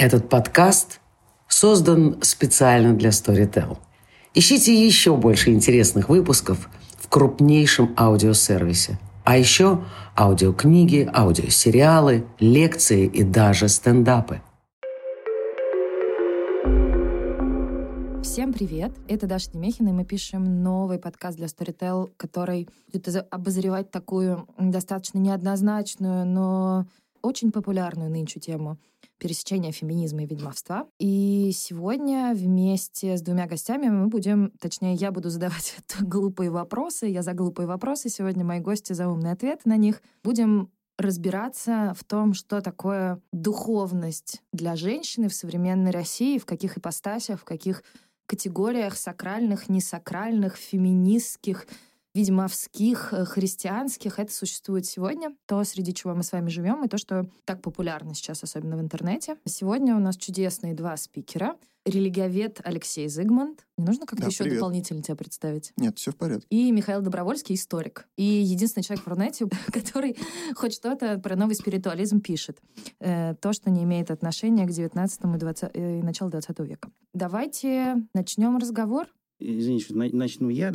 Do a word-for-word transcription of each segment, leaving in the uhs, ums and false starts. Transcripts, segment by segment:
Этот подкаст создан специально для Storytel. Ищите еще больше интересных выпусков в крупнейшем аудиосервисе. А еще аудиокниги, аудиосериалы, лекции и даже стендапы. Всем привет! Это Даша Немехина, и мы пишем новый подкаст для Storytel, который будет обозревать такую достаточно неоднозначную, но очень популярную нынче тему пересечения феминизма и ведьмовства. И сегодня вместе с двумя гостями мы будем, точнее, я буду задавать глупые вопросы, я за глупые вопросы, сегодня мои гости за умные ответы на них. Будем разбираться в том, что такое духовность для женщины в современной России, в каких ипостасях, в каких категориях сакральных, несакральных, феминистских, ведьмовских, христианских это существует сегодня, то, среди чего мы с вами живем, и то, что так популярно сейчас, особенно в интернете. Сегодня у нас чудесные два спикера. Религиовед Алексей Зигмунд. Не нужно как-то да, еще привет. Дополнительно тебя представить? Нет, все в порядке. И Михаил Добровольский, историк. И единственный человек в Рунете, который хоть что-то про новый спиритуализм пишет. Э, то, что не имеет отношения к девятнадцатому и, двадцатому, и началу двадцатого века. Давайте начнем разговор. Извините, начну я.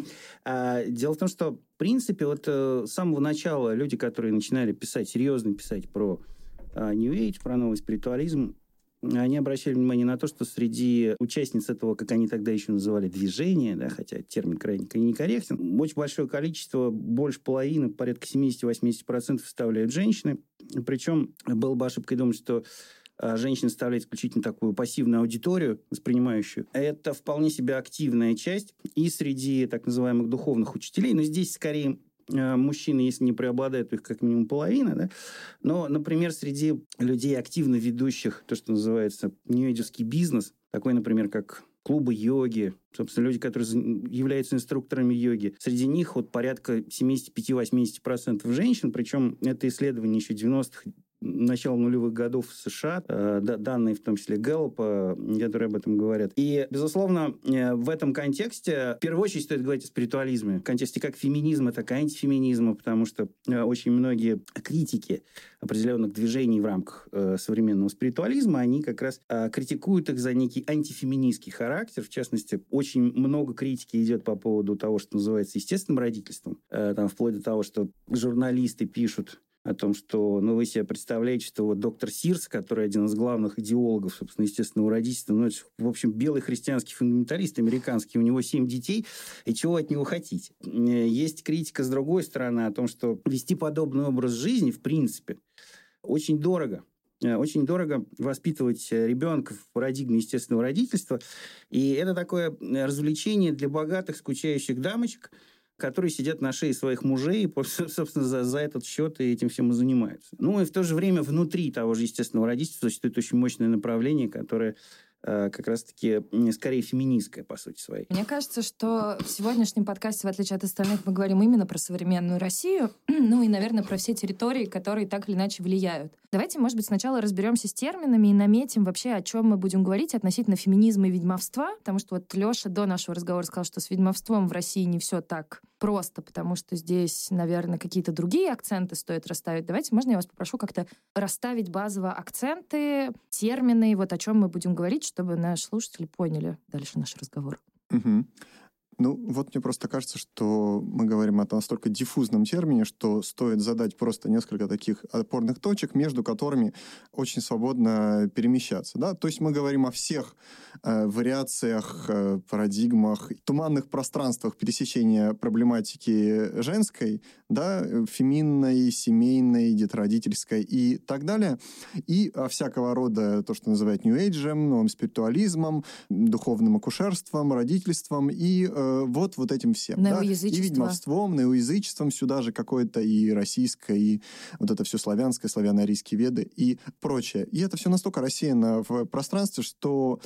Дело в том, что, в принципе, вот с самого начала люди, которые начинали писать, серьезно писать про New Age, про новый спиритуализм, они обращали внимание на то, что среди участниц этого, как они тогда еще называли, движения, да, хотя термин крайне некорректен, очень большое количество, больше половины, порядка семьдесят-восемьдесят процентов составляют женщины. Причем было бы ошибкой думать, что женщина составляет исключительно такую пассивную аудиторию, воспринимающую. Это вполне себе активная часть и среди так называемых духовных учителей. Но здесь скорее мужчины, если не преобладают, то их как минимум половина. Да? Но, например, среди людей, активно ведущих то, что называется нью-эйджевский бизнес, такой, например, как клубы йоги, собственно, люди, которые являются инструкторами йоги. Среди них вот порядка семьдесят пять-восемьдесят процентов женщин, причем это исследование еще девяностых, начала нулевых годов в США, данные в том числе Гэллопа, которые об этом говорят. И, безусловно, в этом контексте в первую очередь стоит говорить о спиритуализме. В контексте как феминизма, так и антифеминизма, потому что очень многие критики определенных движений в рамках современного спиритуализма, они как раз критикуют их за некий антифеминистский характер. В частности, очень много критики идет по поводу того, что называется естественным родительством. Там, вплоть до того, что журналисты пишут о том, что, ну, вы себе представляете, что вот доктор Сирс, который один из главных идеологов, собственно, естественного родительства, ну, это, в общем, белый христианский фундаменталист американский, у него семь детей, и чего от него хотите? Есть критика с другой стороны о том, что вести подобный образ жизни, в принципе, очень дорого. Очень дорого воспитывать ребенка в парадигме естественного родительства, и это такое развлечение для богатых, скучающих дамочек, которые сидят на шее своих мужей и, собственно, за, за этот счет и этим всем и занимаются. Ну, и в то же время внутри того же естественного родительства существует очень мощное направление, которое э, как раз-таки скорее феминистское, по сути своей. Мне кажется, что в сегодняшнем подкасте, в отличие от остальных, мы говорим именно про современную Россию, ну и, наверное, про все территории, которые так или иначе влияют. Давайте, может быть, сначала разберемся с терминами и наметим вообще, о чем мы будем говорить относительно феминизма и ведьмовства, потому что вот Леша до нашего разговора сказал, что с ведьмовством в России не все так просто, потому что здесь, наверное, какие-то другие акценты стоит расставить. Давайте, можно я вас попрошу как-то расставить базово акценты, термины, вот о чем мы будем говорить, чтобы наши слушатели поняли дальше наш разговор. Угу. Ну, вот мне просто кажется, что мы говорим о настолько диффузном термине, что стоит задать просто несколько таких опорных точек, между которыми очень свободно перемещаться. Да? То есть мы говорим о всех э, вариациях, э, парадигмах, туманных пространствах пересечения проблематики женской, да, феминной, семейной, детородительской и так далее. И о всякого рода то, что называют нью-эйджем, новым спиритуализмом, духовным акушерством, родительством и э, вот, вот этим всем. Да? И ведьмовством, неоязычеством, сюда же какое-то и российское, и вот это все славянское, славяно-арийские веды и прочее. И это все настолько рассеяно в пространстве, что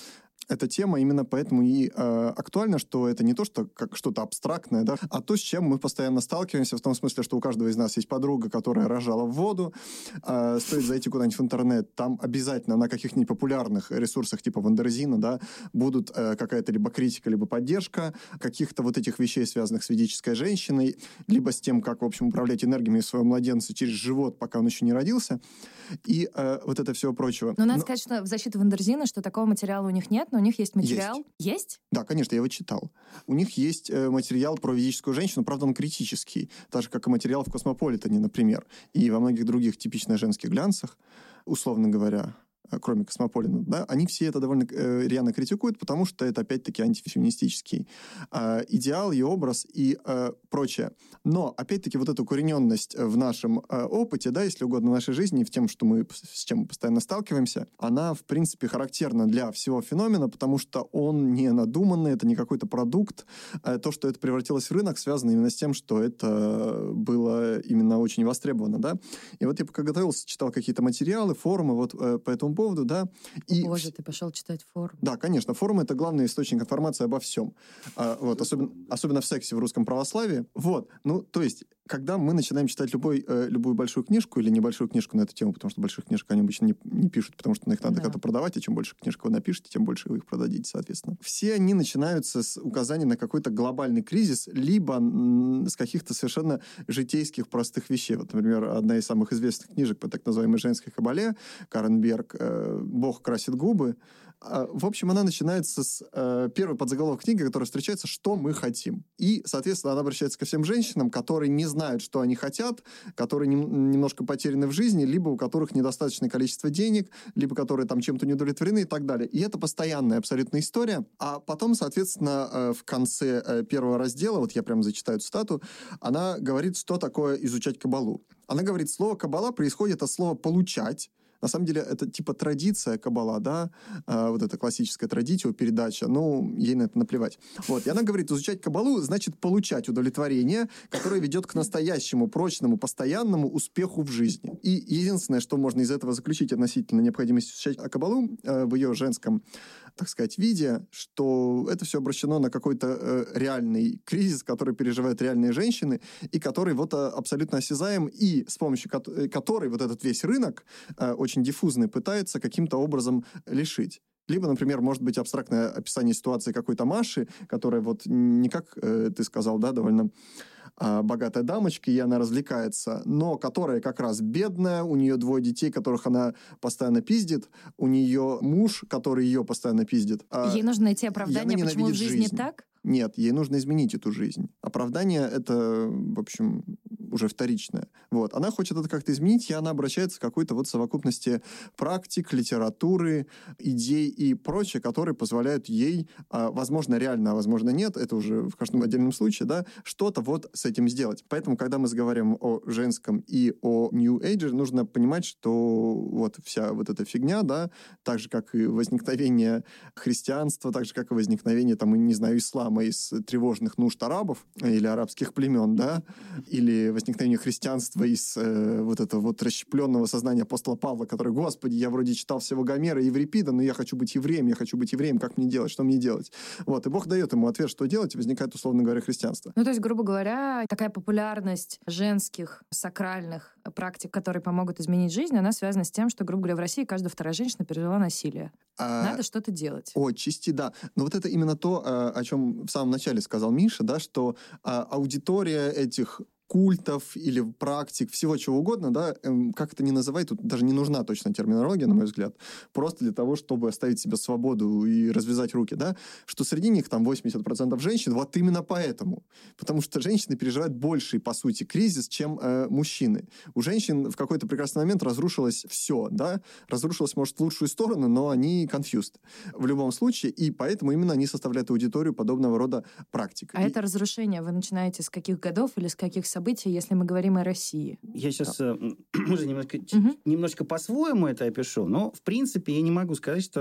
эта тема именно поэтому и э, актуальна, что это не то, что как что-то абстрактное, да, а то, с чем мы постоянно сталкиваемся, в том смысле, что у каждого из нас есть подруга, которая рожала в воду, э, стоит зайти куда-нибудь в интернет, там обязательно на каких-нибудь популярных ресурсах типа Вандерзина, да, будут э, какая-то либо критика, либо поддержка каких-то вот этих вещей, связанных с ведической женщиной, либо с тем, как, в общем, управлять энергиями своего младенца через живот, пока он еще не родился, и э, вот это всего прочего. Но надо Но... сказать, что в защиту Вандерзина, что такого материала у них нет, но у них есть материал. Есть? Есть? Да, конечно, я его читал. У них есть э, материал про ведическую женщину, правда, он критический, так же, как и материал в «Космополитене», например, и во многих других типично женских глянцах, условно говоря, кроме «Космополитена», да, они все это довольно э, рьяно критикуют, потому что это, опять-таки, антифеминистический э, идеал и образ и э, прочее. Но, опять-таки, вот эта укорененность в нашем э, опыте, да, если угодно, в нашей жизни, в тем, что мы, с чем мы постоянно сталкиваемся, она, в принципе, характерна для всего феномена, потому что он не надуманный, это не какой-то продукт. Э, то, что это превратилось в рынок, связано именно с тем, что это было именно очень востребовано, да. И вот я пока готовился, читал какие-то материалы, форумы вот э, по этому поводу, да. И... Боже, ты пошел читать форум. Да, конечно, форум — это главный источник информации обо всем. А, вот, особенно, особенно в сексе в русском православии. Вот, ну, то есть, когда мы начинаем читать любой, э, любую большую книжку или небольшую книжку на эту тему, потому что больших книжек они обычно не, не пишут, потому что их надо да. как-то продавать, и чем больше книжек вы напишете, тем больше вы их продадите, соответственно. Все они начинаются с указания на какой-то глобальный кризис, либо м- с каких-то совершенно житейских простых вещей. Вот, например, одна из самых известных книжек по так называемой женской кабале, Карен Берг, «Бог красит губы». В общем, она начинается с э, первой подзаголовок книги, которая встречается «Что мы хотим?». И, соответственно, она обращается ко всем женщинам, которые не знают, что они хотят, которые нем, немножко потеряны в жизни, либо у которых недостаточное количество денег, либо которые там чем-то не удовлетворены и так далее. И это постоянная абсолютная история. А потом, соответственно, э, в конце э, первого раздела, вот я прямо зачитаю цитату, она говорит, что такое изучать кабалу. Она говорит, слово «кабала» происходит от слова «получать». На самом деле, это типа традиция каббала, да, а, вот эта классическая традиция, передача, ну, ей на это наплевать. Вот, и она говорит, изучать каббалу значит получать удовлетворение, которое ведет к настоящему, прочному, постоянному успеху в жизни. И единственное, что можно из этого заключить относительно необходимости изучать каббалу э, в ее женском, так сказать, виде, что это все обращено на какой-то э, реальный кризис, который переживают реальные женщины, и который вот абсолютно осязаем, и с помощью ко- которой вот этот весь рынок э, очень диффузный пытается каким-то образом лишить. Либо, например, может быть абстрактное описание ситуации какой-то Маши, которая вот не как э, ты сказал, да, довольно э, богатая дамочка, и она развлекается, но которая как раз бедная, у нее двое детей, которых она постоянно пиздит, у нее муж, который ее постоянно пиздит. А ей нужно найти оправдание, почему в жизни жизнь. Так? Нет, ей нужно изменить эту жизнь. Оправдание — это, в общем, уже вторичное. Вот. Она хочет это как-то изменить, и она обращается к какой-то вот совокупности практик, литературы, идей и прочее, которые позволяют ей, возможно, реально, а возможно, нет, это уже в каждом отдельном случае, да, что-то вот с этим сделать. Поэтому, когда мы заговариваем о женском и о New Age, нужно понимать, что вот вся вот эта фигня, да, так же, как и возникновение христианства, так же, как и возникновение, там, не знаю, ислама из тревожных нужд арабов или арабских племен, да, или возникновение христианства из э, вот этого вот расщепленного сознания апостола Павла, который, господи, я вроде читал всего Гомера и Еврипида, но я хочу быть евреем, я хочу быть евреем, как мне делать, что мне делать? Вот, и Бог дает ему ответ, что делать, и возникает, условно говоря, христианство. Ну, то есть, грубо говоря, такая популярность женских сакральных практик, которые помогут изменить жизнь, она связана с тем, что, грубо говоря, в России каждая вторая женщина пережила насилие. А... Надо что-то делать. Отчасти, да. Но вот это именно то, о чем в самом начале сказал Миша, да, что аудитория этих культов или практик, всего чего угодно, да, как это ни называй, тут даже не нужна точно терминология, на мой взгляд, просто для того, чтобы оставить себе свободу и развязать руки, да, что среди них там восемьдесят процентов женщин, вот именно поэтому, потому что женщины переживают больший, по сути, кризис, чем э, мужчины. У женщин в какой-то прекрасный момент разрушилось все, да, разрушилось, может, в лучшую сторону, но они confused в любом случае, и поэтому именно они составляют аудиторию подобного рода практик. А и... это разрушение вы начинаете с каких годов или с каких событий, если мы говорим о России? Я сейчас да. э, уже немножко, угу. немножко по-своему это опишу, но, в принципе, я не могу сказать, что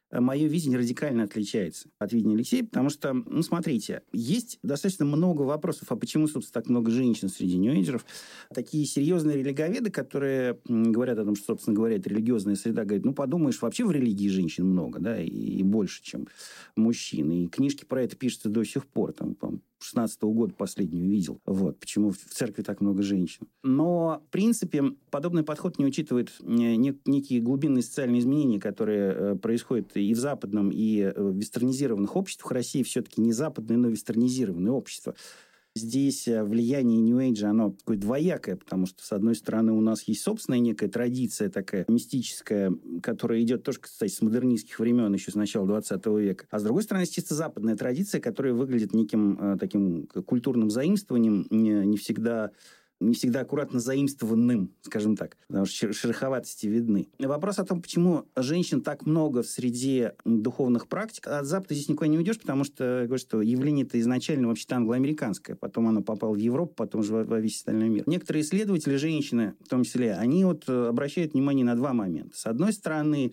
мое видение радикально отличается от видения Алексея, потому что, ну, смотрите, есть достаточно много вопросов, а почему, собственно, так много женщин среди нью-эйджеров. Такие серьезные религоведы, которые говорят о том, что, собственно говоря, это религиозная среда, говорят, ну, подумаешь, вообще в религии женщин много, да, и, и больше, чем мужчин. И книжки про это пишутся до сих пор, там, по шестнадцатого года последнюю видел. Вот, почему в церкви так много женщин. Но, в принципе, подобный подход не учитывает некие глубинные социальные изменения, которые происходят и в западном, и в вестернизированных обществах. России все-таки не западное, но вестернизированное общество. Здесь влияние Нью-Эйджа, оно такое двоякое, потому что, с одной стороны, у нас есть собственная некая традиция такая мистическая, которая идет тоже, кстати, с модернистских времен, еще с начала двадцатого века. А с другой стороны, есть чисто западная традиция, которая выглядит неким э, таким культурным заимствованием, не, не всегда... не всегда аккуратно заимствованным, скажем так, потому что шероховатости видны. Вопрос о том, почему женщин так много в среде духовных практик, от Запада здесь никуда не уйдешь, потому что, говорю, что явление-то изначально вообще-то англоамериканское, потом оно попало в Европу, потом же во весь остальной мир. Некоторые исследователи, женщины в том числе, они вот обращают внимание на два момента. С одной стороны,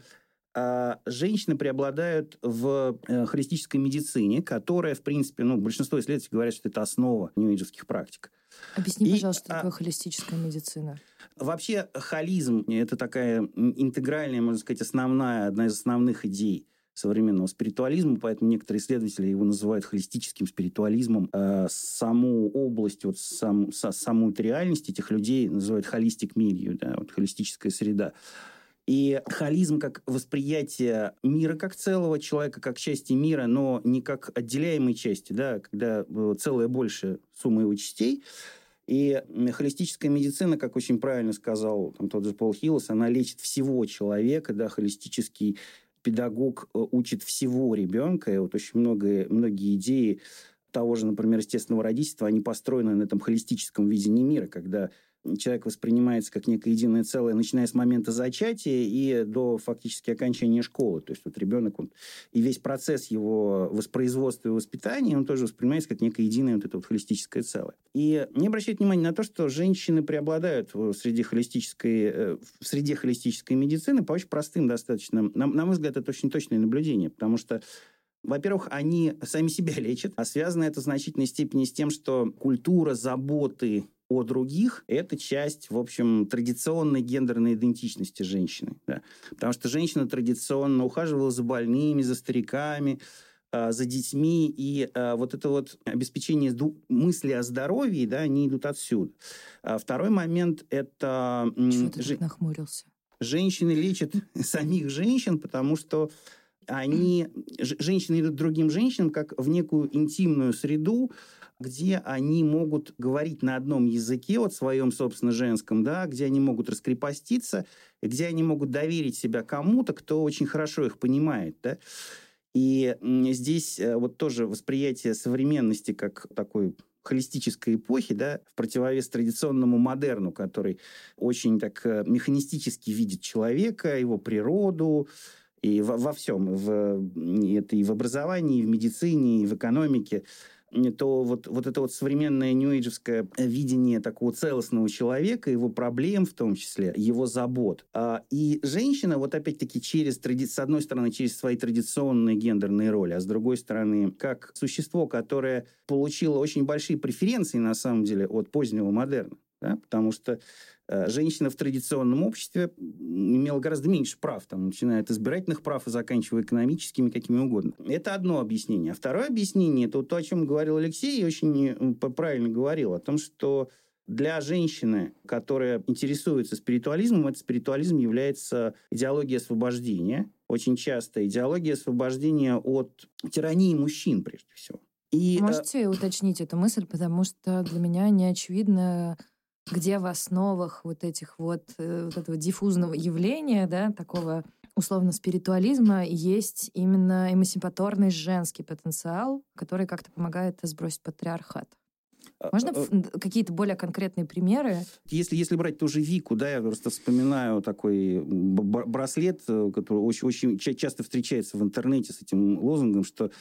женщины преобладают в холистической медицине, которая, в принципе, ну, большинство исследователей говорят, что это основа нью-эйджевских практик. Объясни, И, пожалуйста, что а, такое холистическая медицина. Вообще, холизм – это такая интегральная, можно сказать, основная, одна из основных идей современного спиритуализма, поэтому некоторые исследователи его называют холистическим спиритуализмом. А саму область, вот сам, са, саму эту реальность этих людей называют холистик милью, да, вот холистическая среда. И холизм как восприятие мира как целого, человека как части мира, но не как отделяемой части, да, когда целое больше суммы его частей. И холистическая медицина, как очень правильно сказал там, тот же Пол Хиллс, она лечит всего человека, да, холистический педагог учит всего ребенка. И вот очень много, многие идеи того же, например, естественного родительства, они построены на этом холистическом видении мира, когда человек воспринимается как некое единое целое, начиная с момента зачатия и до фактически окончания школы. То есть вот ребенок, он, и весь процесс его воспроизводства и воспитания, он тоже воспринимается как некое единое вот это вот холистическое целое. И не обращать внимания на то, что женщины преобладают среди холистической, в среде холистической медицины по очень простым достаточно, на, на мой взгляд, это очень точное наблюдение, потому что во-первых, они сами себя лечат, а связано это в значительной степени с тем, что культура заботы о других – это часть, в общем, традиционной гендерной идентичности женщины. Да. Потому что женщина традиционно ухаживала за больными, за стариками, за детьми, и вот это вот обеспечение мысли о здоровье, да, они идут отсюда. Второй момент – это… Чего ты так нахмурился? Женщины лечат самих женщин, потому что они, женщины идут к другим женщинам как в некую интимную среду, где они могут говорить на одном языке, вот своем, собственно, женском, да, где они могут раскрепоститься, где они могут доверить себя кому-то, кто очень хорошо их понимает. Да? И здесь вот тоже восприятие современности как такой холистической эпохи, да, в противовес традиционному модерну, который очень так механистически видит человека, его природу, и во, во всем, в, это и в образовании, и в медицине, и в экономике, то вот, вот это вот современное нью-эйджевское видение такого целостного человека, его проблем в том числе, его забот. И женщина, вот опять-таки, через, с одной стороны, через свои традиционные гендерные роли, а с другой стороны, как существо, которое получило очень большие преференции, на самом деле, от позднего модерна. Да? Потому что женщина в традиционном обществе имела гораздо меньше прав, там, начиная от избирательных прав и заканчивая экономическими, какими угодно. Это одно объяснение. А второе объяснение – это то, о чем говорил Алексей, и очень правильно говорил, о том, что для женщины, которая интересуется спиритуализмом, этот спиритуализм является идеологией освобождения. Очень часто идеология освобождения от тирании мужчин, прежде всего. И, Можете уточнить эту мысль, потому что для меня не очевидно, где в основах вот этих вот, вот этого диффузного явления, да, такого условно спиритуализма, есть именно эмансипаторный женский потенциал, который как-то помогает сбросить патриархат. Можно какие-то более конкретные примеры? Если, если брать ту же Вику, да, я просто вспоминаю такой браслет, который очень, очень часто встречается в интернете с этим лозунгом, что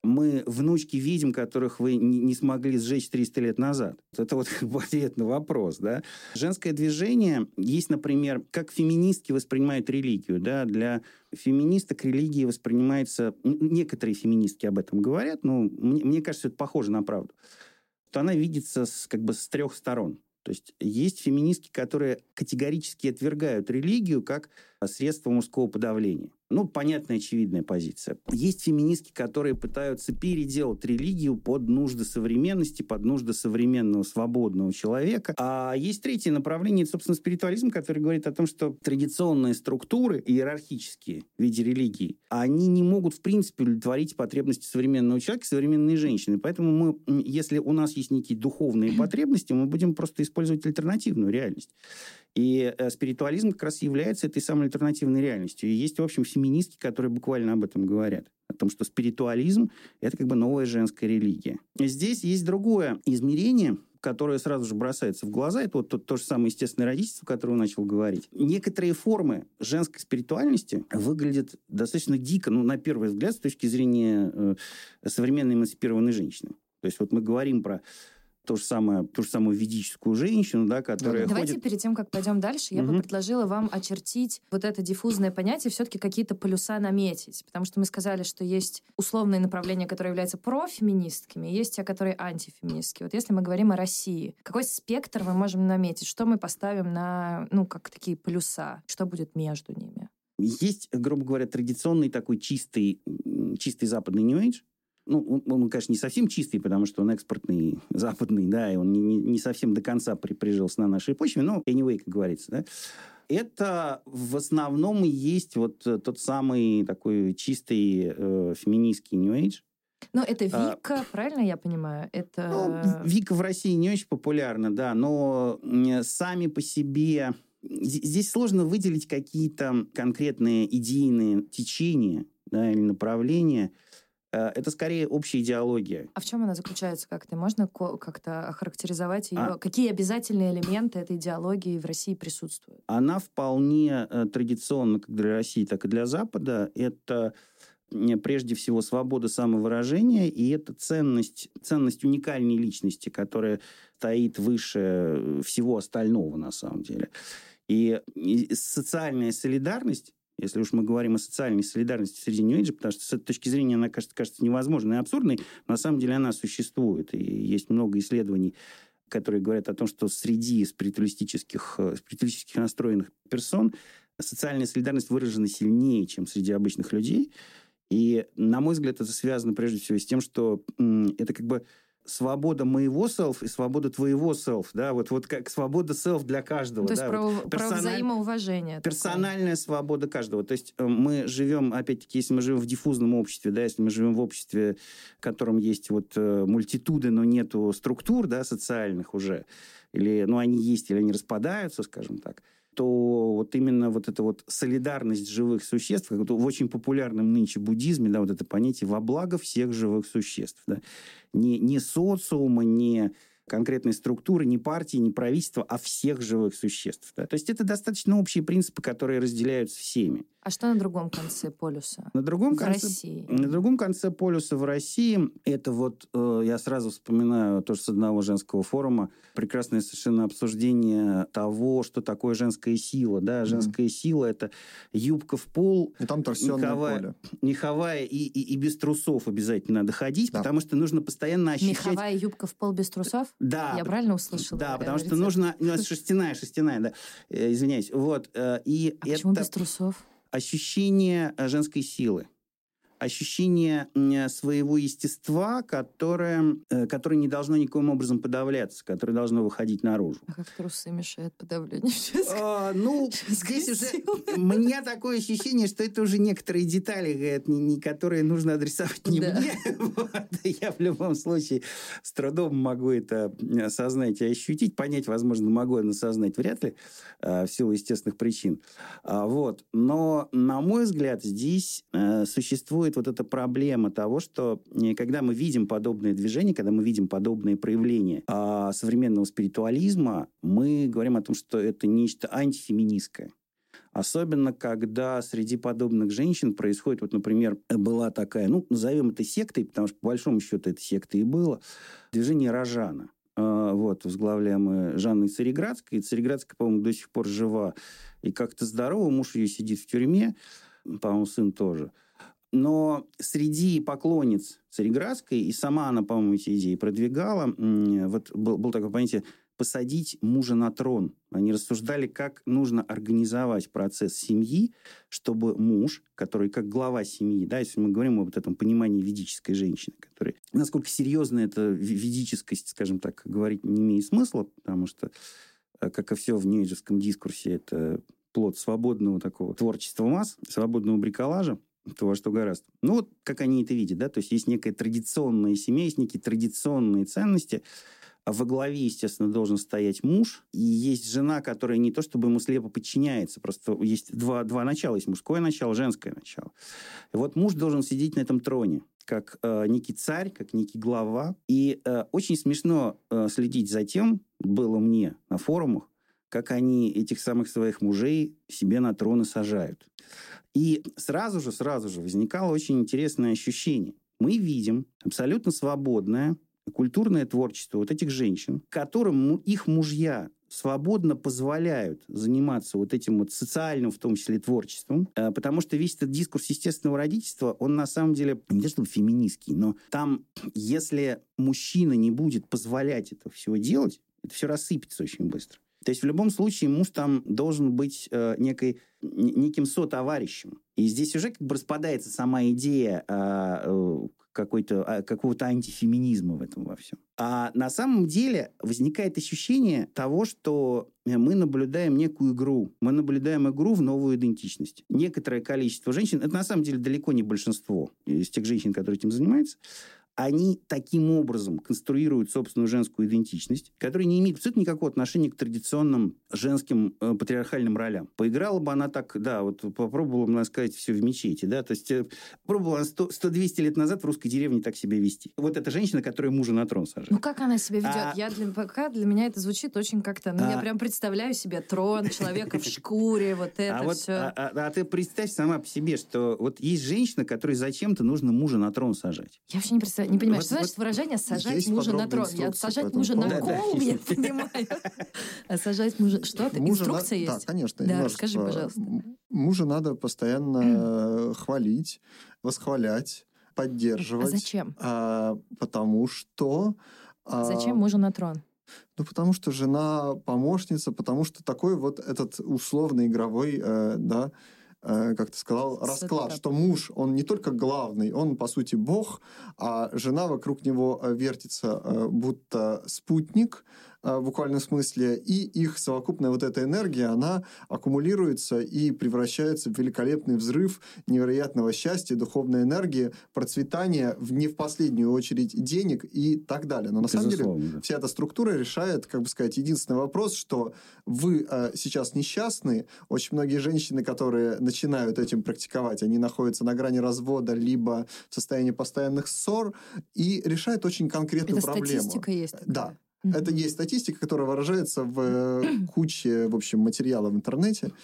мы внучки видим, которых вы не, не смогли сжечь триста лет назад? Это вот как бы ответ на вопрос, да. Женское движение есть, например, как феминистки воспринимают религию, да. Для феминисток религия воспринимается... Некоторые феминистки об этом говорят, но мне, мне кажется, это похоже на правду. То она видится с, как бы с трех сторон. То есть есть феминистки, которые категорически отвергают религию как средство мужского подавления. Ну, понятная, очевидная позиция. Есть феминистки, которые пытаются переделать религию под нужды современности, под нужды современного свободного человека. А есть третье направление, собственно, спиритуализм, который говорит о том, что традиционные структуры иерархические в виде религии, они не могут, в принципе, удовлетворить потребности современного человека, современной женщины. Поэтому мы, если у нас есть некие духовные потребности, мы будем просто использовать альтернативную реальность. И э, спиритуализм как раз является этой самой альтернативной реальностью. И есть, в общем, феминистки, которые буквально об этом говорят. О том, что спиритуализм – это как бы новая женская религия. Здесь есть другое измерение, которое сразу же бросается в глаза. Это вот то, то же самое естественное родительство, о котором начал говорить. Некоторые формы женской спиритуальности выглядят достаточно дико, ну, на первый взгляд, с точки зрения э, современной эмансипированной женщины. То есть вот мы говорим про... То же самое, ту же самую ведическую женщину, да, которая Давайте ходит... перед тем, как пойдем дальше, я угу. бы предложила вам очертить вот это диффузное понятие, все-таки какие-то полюса наметить. Потому что мы сказали, что есть условные направления, которые являются профеминистками, и есть те, которые антифеминистские. Вот если мы говорим о России, какой спектр мы можем наметить? Что мы поставим на, ну, как такие полюса? Что будет между ними? Есть, грубо говоря, традиционный такой чистый, чистый западный New Age. Ну, он, он, конечно, не совсем чистый, потому что он экспортный, западный, да, и он не, не, не совсем до конца при, прижился на нашей почве, но anyway, как говорится, да. Это в основном и есть вот тот самый такой чистый э, феминистский New Age. Ну, это Вика, а, правильно я понимаю? Это... Ну, Вика в России не очень популярна, да, но сами по себе... Здесь сложно выделить какие-то конкретные идейные течения, да, или направления. Это скорее общая идеология. А в чем она заключается как-то? Можно как-то охарактеризовать ее? А... Какие обязательные элементы этой идеологии в России присутствуют? Она вполне традиционна как для России, так и для Запада. Это прежде всего свобода самовыражения, и это ценность, ценность уникальной личности, которая стоит выше всего остального на самом деле. И социальная солидарность, если уж мы говорим о социальной солидарности среди нью-эйджа, потому что с этой точки зрения она кажется, кажется невозможной и абсурдной, но на самом деле она существует. И есть много исследований, которые говорят о том, что среди спиритуалистических, спиритуалистических настроенных персон социальная солидарность выражена сильнее, чем среди обычных людей. И, на мой взгляд, это связано прежде всего с тем, что м, это как бы свобода моего селф и свобода твоего селф, да, вот, вот как свобода селф для каждого. То да, есть про, вот персональ... про взаимоуважение. Персональная такое. Свобода каждого. То есть мы живем, опять-таки, если мы живем в диффузном обществе, да, если мы живем в обществе, в котором есть вот мультитуды, но нету структур, да, социальных уже, или, ну, они есть, или они распадаются, скажем так, то вот именно вот эта вот солидарность живых существ, как в очень популярном нынче буддизме, да, вот это понятие во благо всех живых существ, да, не, не социума, не конкретной структуры, не партии, не правительства, а всех живых существ. Да. То есть это достаточно общие принципы, которые разделяются всеми. А что на другом конце полюса? На другом в конце, России? На другом конце полюса в России, это вот, э, я сразу вспоминаю тоже с одного женского форума, прекрасное совершенно обсуждение того, что такое женская сила. Да? Женская mm. сила – это юбка в пол, и там торсионное поле. Меховая и, и, и без трусов обязательно надо ходить, да. Потому что нужно постоянно ощущать... Меховая юбка в пол без трусов? Да. Я правильно услышала? Да, потому что нужно... Ну, шерстяная, шерстяная, да. Извиняюсь. Вот. И а это... почему без трусов? Ощущение женской силы. Ощущение своего естества, которое, которое не должно никоим образом подавляться, которое должно выходить наружу. А как трусы мешают подавлению? А, ну, здесь уже... У меня такое ощущение, что это уже некоторые детали, которые нужно адресовать не да. мне. Вот. Я в любом случае с трудом могу это осознать и ощутить. Понять, возможно, могу, но осознать вряд ли, в силу естественных причин. Вот. Но, на мой взгляд, здесь существует вот эта проблема того, что когда мы видим подобные движения, когда мы видим подобные проявления а, современного спиритуализма, мы говорим о том, что это нечто антифеминистское. Особенно, когда среди подобных женщин происходит, вот, например, была такая, ну, назовем это сектой, потому что, по большому счету, это секта и было, движение Рожана. Вот, возглавляемая Жанной Цареградской. Цареградская, по-моему, до сих пор жива и как-то здорова. Муж ее сидит в тюрьме, по-моему, сын тоже. Но среди поклонниц Цареградской, и сама она, по-моему, эти идеи продвигала, вот был, был такое понятие «посадить мужа на трон». Они рассуждали, как нужно организовать процесс семьи, чтобы муж, который как глава семьи, да, если мы говорим об вот этом понимании ведической женщины, которая, насколько серьезно эта ведическость, скажем так, говорить не имеет смысла, потому что, как и все в нью-эйджевском дискурсе, это плод свободного такого творчества масс, свободного бриколажа, то, во что гораздо. Ну, вот как они это видят, да, то есть есть некая традиционная семья, есть некие традиционные ценности. Во главе, естественно, должен стоять муж, и есть жена, которая не то чтобы ему слепо подчиняется, просто есть два, два начала. Есть мужское начало, женское начало. И вот муж должен сидеть на этом троне, как э, некий царь, как некий глава. И э, очень смешно э, следить за тем, было мне на форумах, как они этих самых своих мужей себе на троны сажают. И сразу же, сразу же возникало очень интересное ощущение. Мы видим абсолютно свободное культурное творчество вот этих женщин, которым их мужья свободно позволяют заниматься вот этим вот социальным, в том числе, творчеством, потому что весь этот дискурс естественного родительства, он на самом деле не то чтобы феминистский, но там, если мужчина не будет позволять это все делать, это все рассыпется очень быстро. То есть в любом случае муж там должен быть э, некой, неким сотоварищем. И здесь уже как бы распадается сама идея э, какой-то, какого-то антифеминизма в этом во всем. А на самом деле возникает ощущение того, что мы наблюдаем некую игру. Мы наблюдаем игру в новую идентичность. Некоторое количество женщин, это на самом деле далеко не большинство из тех женщин, которые этим занимаются, они таким образом конструируют собственную женскую идентичность, которая не имеет абсолютно никакого отношения к традиционным женским э, патриархальным ролям. Поиграла бы она так, да, вот попробовала бы, надо сказать, все в мечети, да, то есть э, пробовала сто-двести лет назад в русской деревне так себя вести. Вот эта женщина, которая мужа на трон сажает. Ну, как она себя ведет? А... Я для, пока для меня это звучит очень как-то... Ну, а... я прям представляю себе трон, человека в шкуре, вот это а все. Вот, а, а, а ты представь сама по себе, что вот есть женщина, которой зачем-то нужно мужа на трон сажать. Я вообще не представляю. Не понимаю, вот, что значит вот выражение «сажать мужа на трон»? Я сажать мужа на кол, я понимаю. А сажать мужа... Что это? Инструкция есть? Да, конечно. Да, расскажи, пожалуйста. Мужа надо постоянно хвалить, восхвалять, поддерживать. А зачем? А, потому что... Зачем мужа на трон? Ну, потому что жена помощница, потому что такой вот этот условный игровой, э, да, как ты сказал, расклад, что муж, он не только главный, он, по сути, бог, а жена вокруг него вертится, будто спутник, в буквальном смысле, и их совокупная вот эта энергия, она аккумулируется и превращается в великолепный взрыв невероятного счастья, духовной энергии, процветания, в, не в последнюю очередь, денег и так далее. Но на самом Безусловно, деле да. вся эта структура решает, как бы сказать, единственный вопрос, что вы э, сейчас несчастны. Очень многие женщины, которые начинают этим практиковать, они находятся на грани развода, либо в состоянии постоянных ссор, и решают очень конкретную Это проблему. Статистика есть такая? Да. Это есть статистика, которая выражается в куче, в общем, материалов в интернете,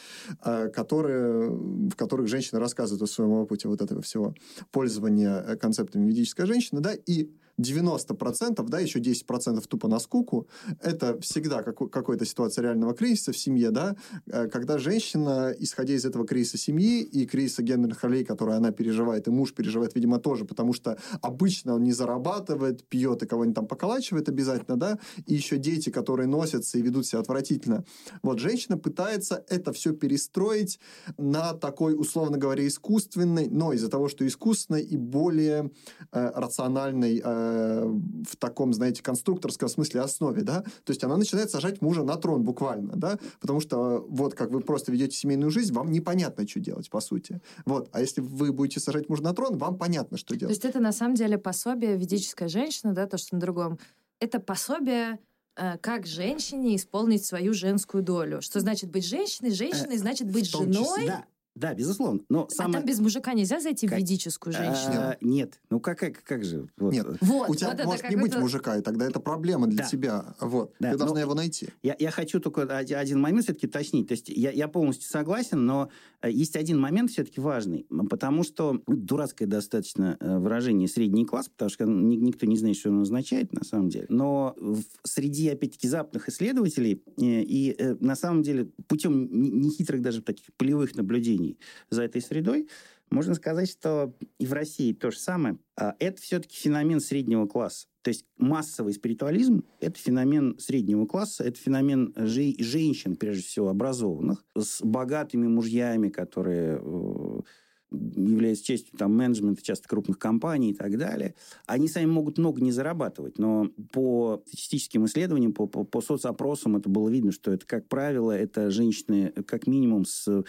которые, в которых женщины рассказывают о своем опыте вот этого всего пользования концептами ведической женщины, да, и девяносто процентов, да, еще десять процентов тупо на скуку, это всегда какой- какая-то ситуация реального кризиса в семье, да, когда женщина, исходя из этого кризиса семьи и кризиса гендерных ролей, которые она переживает, и муж переживает, видимо, тоже, потому что обычно он не зарабатывает, пьет и кого-нибудь там поколачивает обязательно, да, и еще дети, которые носятся и ведут себя отвратительно. Вот женщина пытается это все перестроить на такой, условно говоря, искусственный, но из-за того, что искусственный и более э, рациональный э, в таком, знаете, конструкторском смысле основе, да, то есть она начинает сажать мужа на трон буквально, да, потому что вот как вы просто ведете семейную жизнь, вам непонятно, что делать, по сути. Вот, а если вы будете сажать мужа на трон, вам понятно, что делать. То есть это на самом деле пособие ведическая женщина, да, то, что на другом, это пособие, э, как женщине исполнить свою женскую долю. Что значит быть женщиной? Женщиной значит быть В том женой. числе, да. Да, безусловно. Но самое... А там без мужика нельзя зайти как... в ведическую женщину? А, нет. Ну, как, как, как же? Вот. Нет. Вот, у тебя вот может не быть мужика, и тогда это проблема для да. тебя. Вот. Да, Ты должна но его найти. Я, я хочу только один момент все-таки уточнить. То есть я, я полностью согласен, но есть один момент все-таки важный. Потому что дурацкое достаточно выражение «средний класс», потому что никто не знает, что оно означает на самом деле. Но среди, опять-таки, западных исследователей и, и на самом деле путем нехитрых даже таких полевых наблюдений за этой средой, можно сказать, что и в России то же самое. Это все-таки феномен среднего класса. То есть массовый спиритуализм – это феномен среднего класса, это феномен же- женщин, прежде всего, образованных, с богатыми мужьями, которые э, являются частью там, менеджмента часто крупных компаний и так далее. Они сами могут много не зарабатывать, но по статистическим исследованиям, по, по, по соцопросам это было видно, что это, как правило, это женщины как минимум с...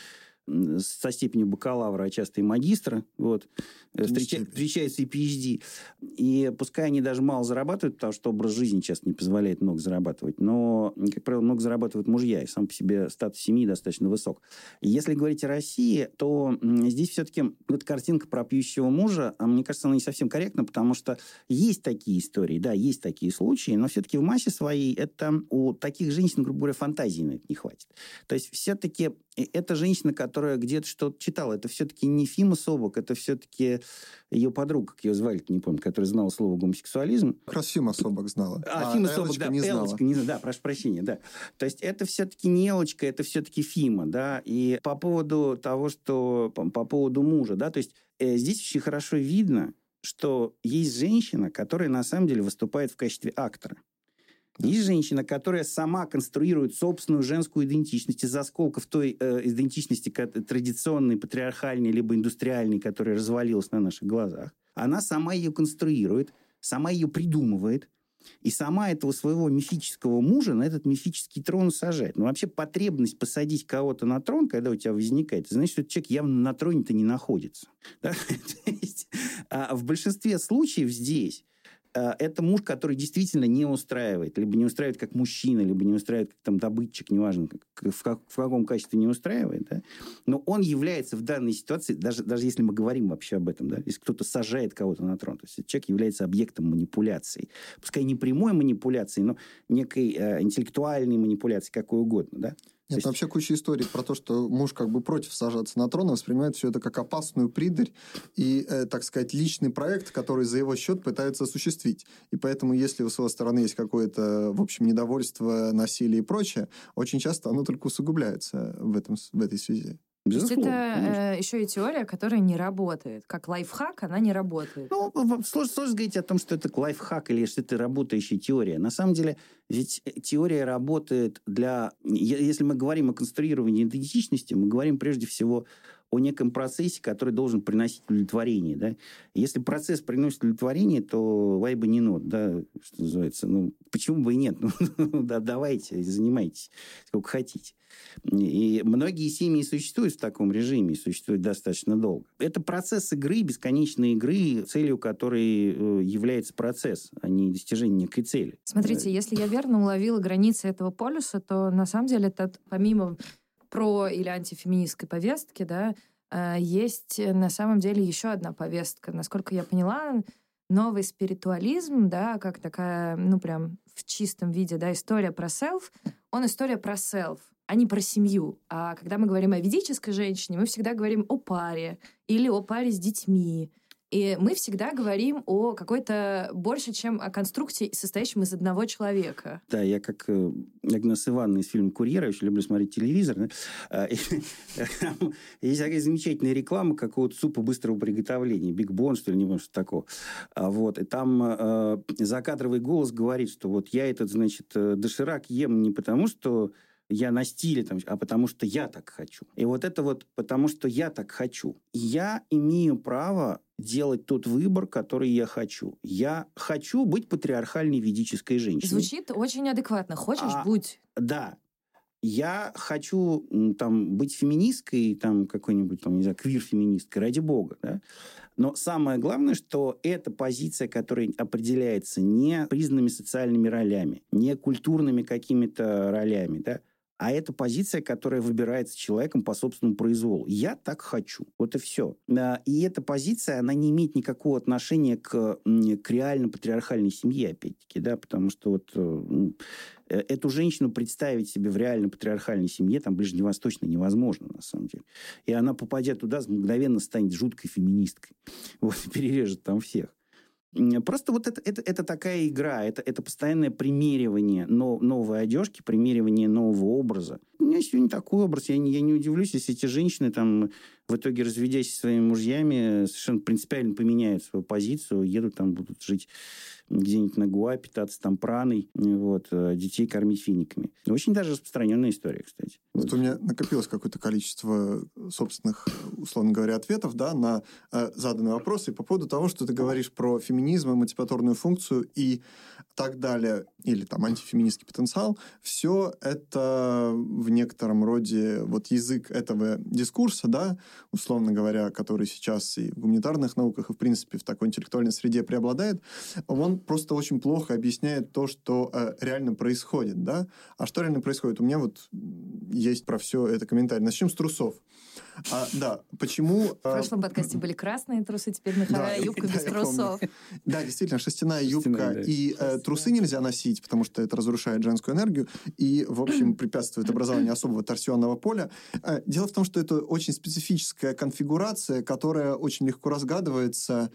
со степенью бакалавра, а часто и магистра, вот, встреча, встречаются и пи эйч ди. И пускай они даже мало зарабатывают, потому что образ жизни часто не позволяет много зарабатывать, но, как правило, много зарабатывают мужья, и сам по себе статус семьи достаточно высок. И если говорить о России, то здесь все-таки вот картинка про пьющего мужа, мне кажется, она не совсем корректна, потому что есть такие истории, да, есть такие случаи, но все-таки в массе своей это у таких женщин, грубо говоря, фантазии на это не хватит. То есть все-таки эта женщина, которая где-то что-то читала, это все-таки не Фима Собок, это все-таки ее подруга, как ее звали, не помню, которая знала слово гомосексуализм. Как раз Фима Собок знала. А, а Фима Собок, да, не знала. Элочка не знала, да, прошу прощения, да. То есть это все-таки не Элочка, это все-таки Фима, да. И по поводу того, что... По, по поводу мужа, да, то есть э, здесь очень хорошо видно, что есть женщина, которая на самом деле выступает в качестве актора. Есть женщина, которая сама конструирует собственную женскую идентичность из осколков той э, идентичности традиционной, патриархальной, либо индустриальной, которая развалилась на наших глазах. Она сама ее конструирует, сама ее придумывает, и сама этого своего мифического мужа на этот мифический трон сажает. Но вообще потребность посадить кого-то на трон, когда у тебя возникает, это значит, что этот человек явно на троне-то не находится. Да? То есть, а в большинстве случаев здесь это муж, который действительно не устраивает. Либо не устраивает как мужчина, либо не устраивает как там добытчик, неважно, как, в, как, в каком качестве не устраивает. Да? Но он является в данной ситуации, даже, даже если мы говорим вообще об этом, да, если кто-то сажает кого-то на трон, то есть человек является объектом манипуляции. Пускай не прямой манипуляции, но некой э, интеллектуальной манипуляции, какой угодно. Да? Нет, есть... вообще куча историй про то, что муж как бы против сажаться на трон, воспринимает все это как опасную придырь и, э, так сказать, личный проект, который за его счет пытаются осуществить. И поэтому, если у своей стороны есть какое-то, в общем, недовольство, насилие и прочее, очень часто оно только усугубляется в, этом, в этой связи. То есть это э, еще и теория, которая не работает. Как лайфхак, она не работает. Ну, сложно, сложно говорить о том, что это лайфхак или что это работающая теория. На самом деле, ведь теория работает для... Если мы говорим о конструировании идентичности, мы говорим прежде всего о неком процессе, который должен приносить удовлетворение. Да? Если процесс приносит удовлетворение, то why бы не not, да, что называется. Ну, почему бы и нет? Ну, да, давайте, занимайтесь, сколько хотите. И многие семьи существуют в таком режиме, существуют достаточно долго. Это процесс игры, бесконечной игры, целью которой является процесс, а не достижение некой цели. Смотрите, если я верно уловила границы этого полюса, то на самом деле это помимо про- или антифеминистской повестки, да, есть на самом деле еще одна повестка. Насколько я поняла, новый спиритуализм, да, как такая, ну, прям в чистом виде, да, история про селф, он история про селф, а не про семью. А когда мы говорим о ведической женщине, мы всегда говорим о паре или о паре с детьми. И мы всегда говорим о какой-то больше, чем о конструкции, состоящем из одного человека. Да, я как э, Агнесса Ивановна из фильма «Курьер», очень люблю смотреть телевизор. Да? Есть такая замечательная реклама какого-то супа быстрого приготовления. Биг Бон, что ли, не помню, что такого. Вот. И там э, закадровый голос говорит, что вот я этот, значит, доширак ем не потому, что я на стиле, там, а потому что я так хочу. И вот это вот потому что я так хочу. Я имею право делать тот выбор, который я хочу. Я хочу быть патриархальной ведической женщиной. Звучит очень адекватно. Хочешь, а, будь. Да. Я хочу там, быть феминисткой, там, какой-нибудь, там, не знаю, квир-феминисткой, ради бога. Да? Но самое главное, что это позиция, которая определяется не признанными социальными ролями, не культурными какими-то ролями, да? а это позиция, которая выбирается человеком по собственному произволу. Я так хочу. Вот и все. И эта позиция, она не имеет никакого отношения к, к реально патриархальной семье, опять-таки, да, потому что вот эту женщину представить себе в реально патриархальной семье, там, ближневосточной, невозможно, на самом деле. И она, попадя туда, мгновенно станет жуткой феминисткой. Вот, и перережет там всех. Просто вот это, это, это такая игра, это, это постоянное примеривание но, новой одежки, примеривание нового образа. У меня сегодня такой образ, я не, я не удивлюсь, если эти женщины, там, в итоге, разведясь со своими мужьями, совершенно принципиально поменяют свою позицию, едут там, будут жить где-нибудь на Гоа, питаться там праной, вот, детей кормить финиками. Очень даже распространенная история, кстати. Вот вот. У меня накопилось какое-то количество собственных, условно говоря, ответов, да, на э, заданные вопросы по поводу того, что ты говоришь про феминизм, эмансипаторную функцию и так далее, или там антифеминистский потенциал. Все это в некотором роде вот язык этого дискурса, да, условно говоря, который сейчас и в гуманитарных науках, и в принципе в такой интеллектуальной среде преобладает, он просто очень плохо объясняет то, что э, реально происходит, да. А что реально происходит? У меня вот есть про все это комментарий. Начнем с трусов. А, да, почему... В прошлом подкасте были красные трусы, теперь меховая да, юбка да, без трусов. Да, действительно, шерстяная юбка Шерстяная, да. и э, трусы нельзя носить, потому что это разрушает женскую энергию и, в общем, препятствует образованию особого торсионного поля. Э, дело в том, что это очень специфическая конфигурация, которая очень легко разгадывается,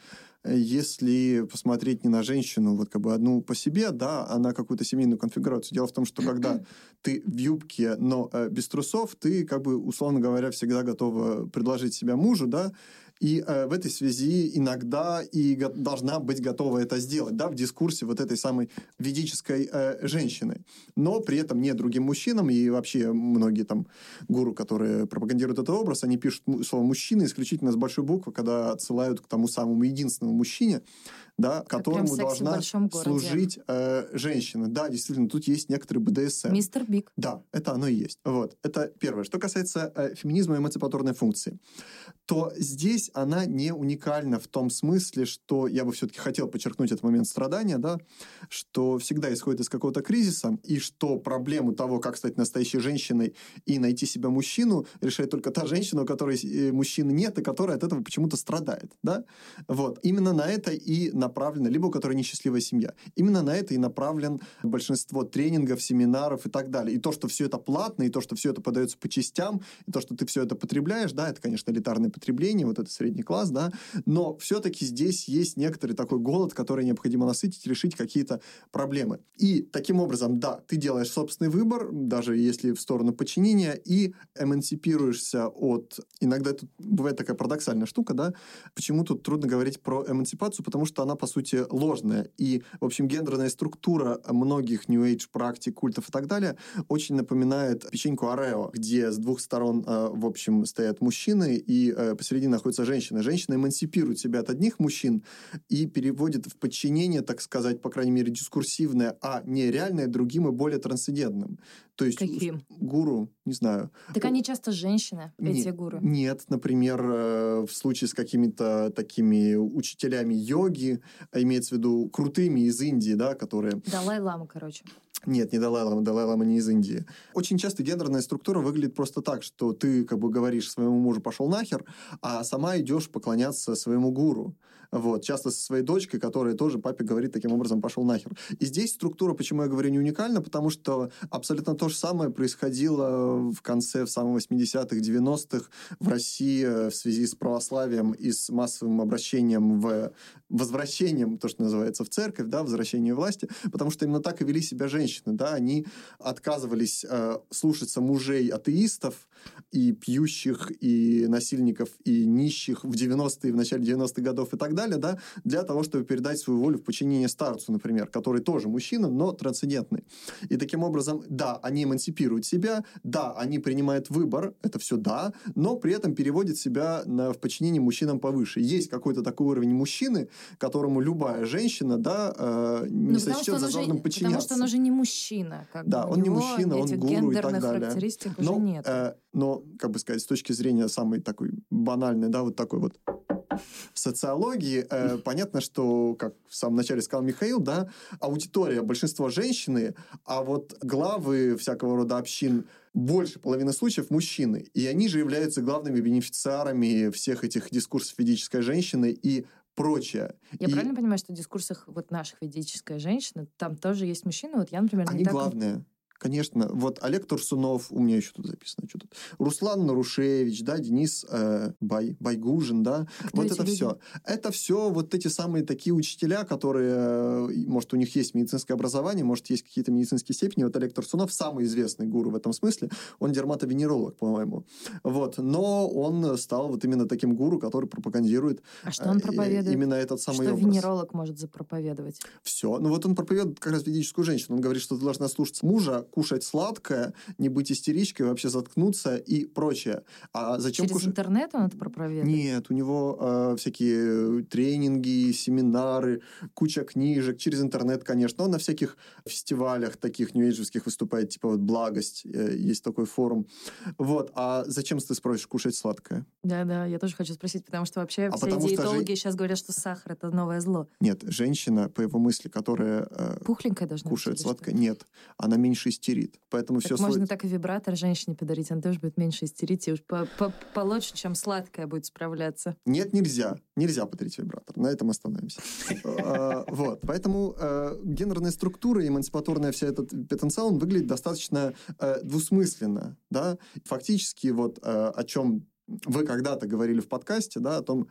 если посмотреть не на женщину, вот как бы одну по себе, да, а на какую-то семейную конфигурацию. Дело в том, что когда ты в юбке, но э, без трусов, ты, как бы, условно говоря, всегда готова предложить себя мужу, да, и э, в этой связи иногда и го- должна быть готова это сделать, да, в дискурсе вот этой самой ведической э, женщины. Но при этом не другим мужчинам, и вообще многие там гуру, которые пропагандируют этот образ, они пишут слово «мужчина» исключительно с большой буквы, когда отсылают к тому самому единственному мужчине, да, которому должна служить э, женщина. Да, действительно, тут есть некоторый бэ дэ эс эм. Мистер Биг. Да, это оно и есть. Вот, это первое. Что касается э, феминизма и эмансипаторной функции, то здесь она не уникальна в том смысле, что я бы все-таки хотел подчеркнуть этот момент страдания, да, что всегда исходит из какого-то кризиса, и что проблему того, как стать настоящей женщиной и найти себя мужчину, решает только та женщина, у которой э, мужчины нет, и которая от этого почему-то страдает, да. Вот. Именно на это и направлено, либо у которой несчастливая семья. Именно на это и направлен большинство тренингов, семинаров и так далее. И то, что все это платно, и то, что все это подается по частям, и то, что ты все это потребляешь, да, это, конечно, элитарное потребление, вот это средний класс, да, но все-таки здесь есть некоторый такой голод, который необходимо насытить, решить какие-то проблемы. И таким образом, да, ты делаешь собственный выбор, даже если в сторону подчинения, и эмансипируешься от... Иногда тут бывает такая парадоксальная штука, да, почему тут трудно говорить про эмансипацию, потому что она, по сути, ложная. И, в общем, гендерная структура многих New Age практик, культов и так далее очень напоминает печеньку Орео, где с двух сторон, в общем, стоят мужчины, и посередине находится женщина. Женщина эмансипирует себя от одних мужчин и переводит в подчинение, так сказать, по крайней мере, дискурсивное, а не реальное, другим и более трансцендентным. То есть Каким? Гуру, не знаю. Так они часто женщины, эти Не, гуру. Нет, например, в случае с какими-то такими учителями йоги, имеется в виду крутыми из Индии, да, которые... Далай-лама, короче. Нет, не Далай-лама, Далай-лама не из Индии. Очень часто гендерная структура выглядит просто так, что ты как бы говоришь своему мужу «пошел нахер», а сама идешь поклоняться своему гуру. Вот. Часто со своей дочкой, которая тоже папе говорит таким образом «пошел нахер». И здесь структура, почему я говорю, не уникальна, потому что абсолютно то же самое происходило в конце, в самых восьмидесятых, девяностых в России в связи с православием и с массовым обращением в возвращением, то, что называется, в церковь, да, возвращение власти, потому что именно так и вели себя женщины. Да, они отказывались э, слушаться мужей атеистов и пьющих, и насильников, и нищих в девяностые, в начале девяностых годов и так далее, да, для того, чтобы передать свою волю в подчинение старцу, например, который тоже мужчина, но трансцендентный. И таким образом, да, они эмансипируют себя, да, они принимают выбор, это все да, но при этом переводят себя на, в подчинение мужчинам повыше. Есть какой-то такой уровень мужчины, которому любая женщина, да, э, не ну, сочтет зазорным подчиняться. Потому что он уже не мужчина. Как да, бы. он У не него мужчина, он этих гуру и так гендерных далее. характеристик но, уже нет. Э, но, как бы сказать, с точки зрения самой такой банальной, да, вот такой вот социологии, э, понятно, что, как в самом начале сказал Михаил, да, аудитория, большинство женщины, а вот главы всякого рода общин больше половины случаев мужчины. И они же являются главными бенефициарами всех этих дискурсов ведической женщины и прочее. Я и правильно понимаю, что в дискурсах вот наших ведическая женщина, там тоже есть мужчины? Вот я, например, они не так... главные. Конечно. Вот Олег Турсунов, у меня еще тут записано, что тут. Руслан Нарушевич, да, Денис э, Бай, Байгужин, да. Кто вот эти это люди? все. Это все вот эти самые такие учителя, которые, может, у них есть медицинское образование, может, есть какие-то медицинские степени. Вот Олег Турсунов самый известный гуру в этом смысле. Он дерматовенеролог, по-моему. Вот. Но он стал вот именно таким гуру, который пропагандирует А что он проповедует? именно этот самый что образ. венеролог может запроповедовать? Все. Ну вот он проповедует как раз ведическую женщину. Он говорит, что ты должна слушаться мужа, кушать сладкое, не быть истеричкой, вообще заткнуться и прочее. А зачем Через кушать? интернет он это проповедует? Нет, у него э, всякие тренинги, семинары, куча книжек, через интернет, конечно. Он на всяких фестивалях таких нью-эйджевских выступает, типа вот «Благость», э, есть такой форум. Вот. А зачем, ты спросишь, кушать сладкое? Да-да, я тоже хочу спросить, потому что вообще А все потому что диетологи же- сейчас говорят, что сахар — это новое зло. Нет, женщина, по его мысли, которая э, Пухленькая должна кушает быть, или сладкое, что? нет, она меньше истерит. Поэтому Так все можно так и вибратор женщине подарить, она тоже будет меньше истерить и уж по- по- получше, чем сладкое будет справляться. Нет, нельзя. Нельзя подарить вибратор. На этом остановимся. А, Вот. Поэтому э, гендерная структура и эмансипаторная вся этот потенциал, он выглядит достаточно э, двусмысленно. Да? Фактически, вот э, о чем вы когда-то говорили в подкасте, да, о том,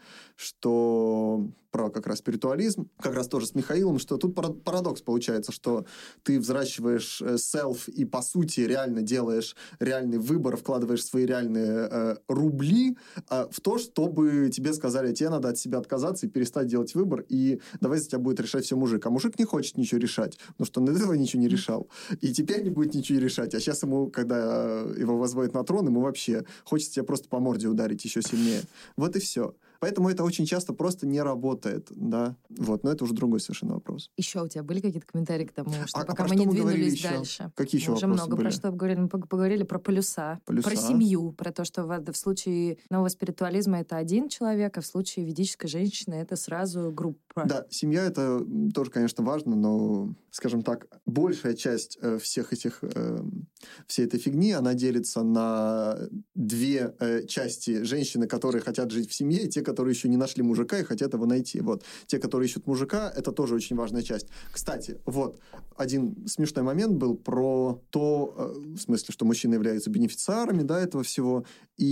что про как раз спиритуализм, как раз тоже с Михаилом, что тут пара- парадокс получается, что ты взращиваешь э, селф и, по сути, реально делаешь реальный выбор, вкладываешь свои реальные э, рубли э, в то, чтобы тебе сказали, тебе надо от себя отказаться и перестать делать выбор, и давай за тебя будет решать все мужик. А мужик не хочет ничего решать, потому что он до этого ничего не решал. И теперь не будет ничего решать. А сейчас ему, когда его возводят на трон, ему вообще хочется тебя просто по морде ударить еще сильнее. Вот и все. Поэтому это очень часто просто не работает, да. Вот, но это уже другой совершенно вопрос. Еще у тебя были какие-то комментарии к тому, что А- а пока про мы что не мы говорили двинулись еще? дальше? Какие еще Мы уже вопросы много были? про что поговорили. Мы пог- поговорили про полюса, Полюса. про семью, про то, что в, в случае нового спиритуализма это один человек, а в случае ведической женщины это сразу группа. Да, семья это м, тоже, конечно, важно, но, скажем так, большая часть э, всех этих, э, всей этой фигни, она делится на две э, части: женщины, которые хотят жить в семье, и те, которые еще не нашли мужика и хотят его найти. Вот. Те, которые ищут мужика, это тоже очень важная часть. Кстати, вот один смешной момент был про то, э, в смысле, что мужчины являются бенефициарами, да, этого всего,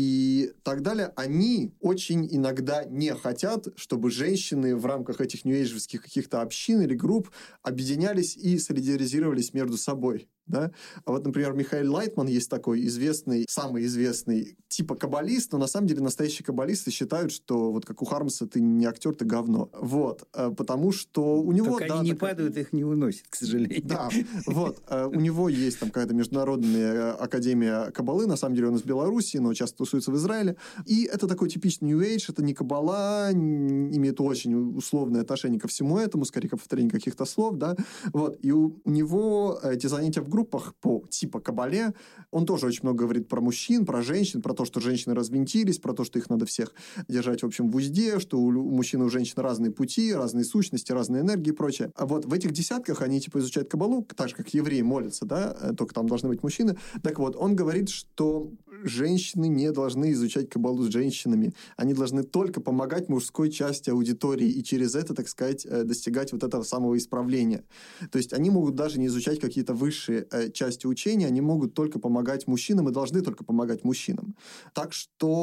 и так далее. Они очень иногда не хотят, чтобы женщины в рамках этих нью-эйджевских каких-то общин или групп объединялись и солидаризировались между собой. Да? А вот, например, Михаил Лайтман есть такой известный, самый известный типа каббалист, но на самом деле настоящие каббалисты считают, что вот как у Хармса ты не актер, ты говно. Вот. А потому что у него... Только да, они не такая- падают, их не уносят, к сожалению. Да, вот. э, У него есть там какая-то международная э, академия каббалы, на самом деле он из Беларуси, но часто тусуется в Израиле. И это такой типичный New Age, это не каббала, н- имеет очень условное отношение ко всему этому, скорее к повторению каких-то слов, да. Вот. И у него эти занятия в группах по типа каббале, он тоже очень много говорит про мужчин, про женщин, про то, что женщины развинтились, про то, что их надо всех держать, в общем, в узде, что у лю- у мужчин и у женщин разные пути, разные сущности, разные энергии и прочее. А вот в этих десятках они типа изучают каббалу, так же, как евреи молятся, да, э, только там должны быть мужчины. Так вот, он говорит, что женщины не должны изучать каббалу с женщинами. Они должны только помогать мужской части аудитории и через это, так сказать, э, достигать вот этого самого исправления. То есть они могут даже не изучать какие-то высшие э, части учения, они могут только помогать мужчинам и должны только помогать мужчинам. Так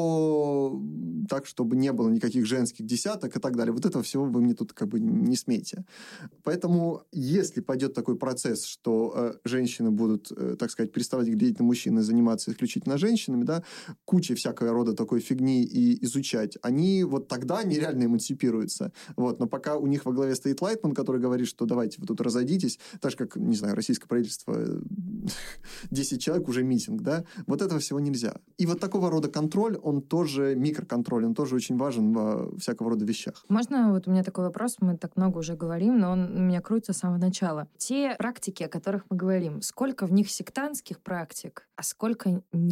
что, так, чтобы не было никаких женских десяток и так далее. Вот этого всего вы мне тут как бы не смейте. Поэтому, если пойдет такой процесс, что э, женщины будут, э, так сказать, переставать глядеть на мужчин и заниматься исключительно женщинами, да, кучей всякого рода такой фигни и изучать, они вот тогда нереально эмансипируются. Вот. Но пока у них во главе стоит Лайтман, который говорит, что давайте вы тут разойдитесь, так же, как, не знаю, российское правительство, э, десять человек уже митинг, да, вот этого всего нельзя. И вот такого рода контроль, он тоже микроконтроль, он тоже очень важен во всякого рода вещах. Можно, вот у меня такой вопрос, мы так много уже говорим, но он у меня крутится с самого начала. Те практики, о которых мы говорим, сколько в них сектантских практик, а сколько не сектантских?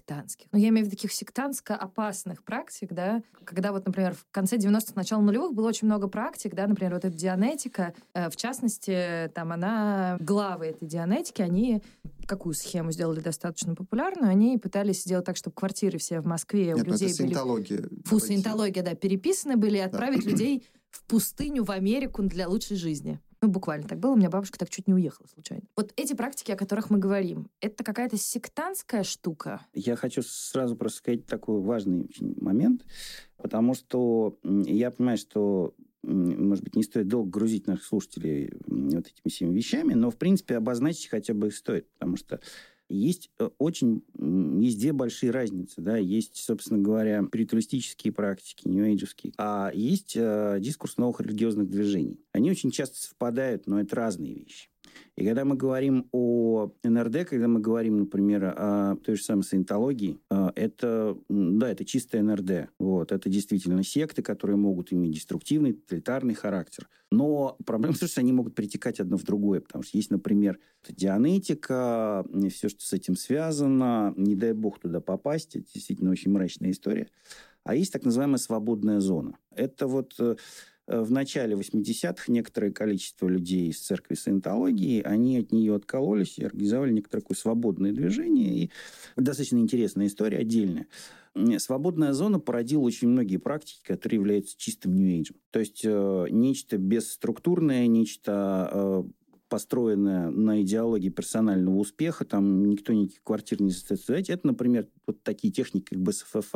сектантских. Ну, я имею в виду таких сектантско-опасных практик, да, когда вот, например, в конце девяностых, начало нулевых было очень много практик, да, например, вот эта Дианетика, э, в частности, там она, главы этой Дианетики, они какую схему сделали достаточно популярную, они пытались сделать так, чтобы квартиры все в Москве Нет, у людей это саентология. были... Фу, саентология, да, переписаны были, и отправить да. людей в пустыню, в Америку для лучшей жизни. Ну, буквально так было. У меня бабушка так чуть не уехала случайно. Вот эти практики, о которых мы говорим, это какая-то сектантская штука? Я хочу сразу просто сказать такой важный очень момент, потому что я понимаю, что, может быть, не стоит долго грузить наших слушателей вот этими всеми вещами, но, в принципе, обозначить хотя бы их стоит, потому что есть очень везде большие разницы, да, есть, собственно говоря, спиритуалистические практики, нью-эйджевские, а есть э, дискурс новых религиозных движений. Они очень часто совпадают, но это разные вещи. И когда мы говорим о эн эр дэ, когда мы говорим, например, о той же самой саентологии, это, да, это чистая эн эр дэ. Вот, это действительно секты, которые могут иметь деструктивный, тоталитарный характер. Но проблема в том, что они могут перетекать одно в другое, потому что есть, например, дианетика, все, что с этим связано, не дай бог туда попасть, это действительно очень мрачная история. А есть так называемая свободная зона. Это вот... В начале восьмидесятых некоторое количество людей из церкви саентологии, они от нее откололись и организовали некоторое такое свободное движение. И достаточно интересная история, отдельная. Свободная зона породила очень многие практики, которые являются чистым нью-эйджем. То есть э, нечто бесструктурное, нечто... Э, построенная на идеологии персонального успеха, там никто никаких квартир не заставляет. Это, например, вот такие техники, как бэ эс эф эф,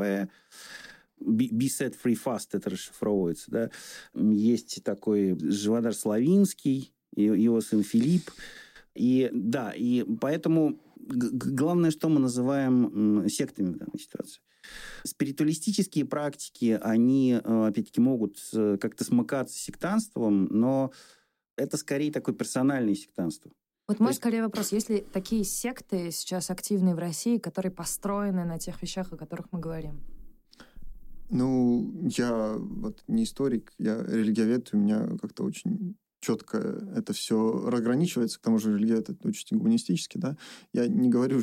Be set free fast, это расшифровывается, да. Есть такой живодар Славинский, его сын Филипп. И да, и поэтому главное, что мы называем сектами в данной ситуации. Спиритуалистические практики, они, опять-таки, могут как-то смыкаться с сектантством, но это скорее такое персональное сектантство. Вот мой скорее вопрос. Есть ли такие секты сейчас активные в России, которые построены на тех вещах, о которых мы говорим? Ну, я вот не историк, я религиовед, у меня как-то очень четко это все разграничивается, к тому же религиовед это очень гуманистически, да. Я не говорю,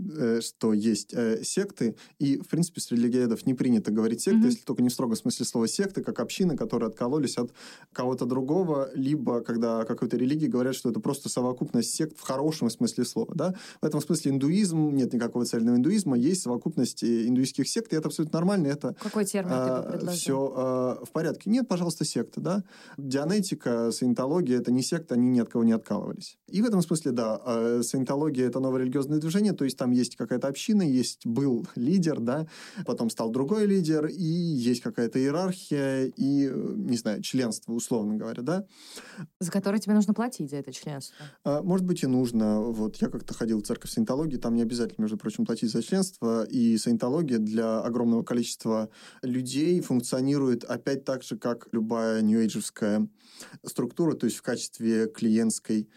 что есть секты, и, в принципе, с религиоведов не принято говорить секты, mm-hmm. если только не в строгом смысле слова секты, как общины, которые откололись от кого-то другого, либо когда о какой-то религии говорят, что это просто совокупность сект в хорошем смысле слова, да. В этом смысле индуизм, нет никакого цельного индуизма, есть совокупность индуистских сект, и это абсолютно нормально. Это, какой термин а, ты бы предложил? Все а, в порядке. Нет, пожалуйста, секта, да. Дианетика, саентология, это не секта, они ни от кого не откалывались. И в этом смысле, да, саентология — это новое религиозное движение, то есть там есть какая-то община, есть был лидер, да, потом стал другой лидер, и есть какая-то иерархия, и, не знаю, членство, условно говоря, да. За которое тебе нужно платить, за это членство? Может быть, и нужно. Вот я как-то ходил в церковь саентологии, там не обязательно, между прочим, платить за членство, и саентология для огромного количества людей функционирует опять так же, как любая нью-эйджевская структура, то есть в качестве клиентской,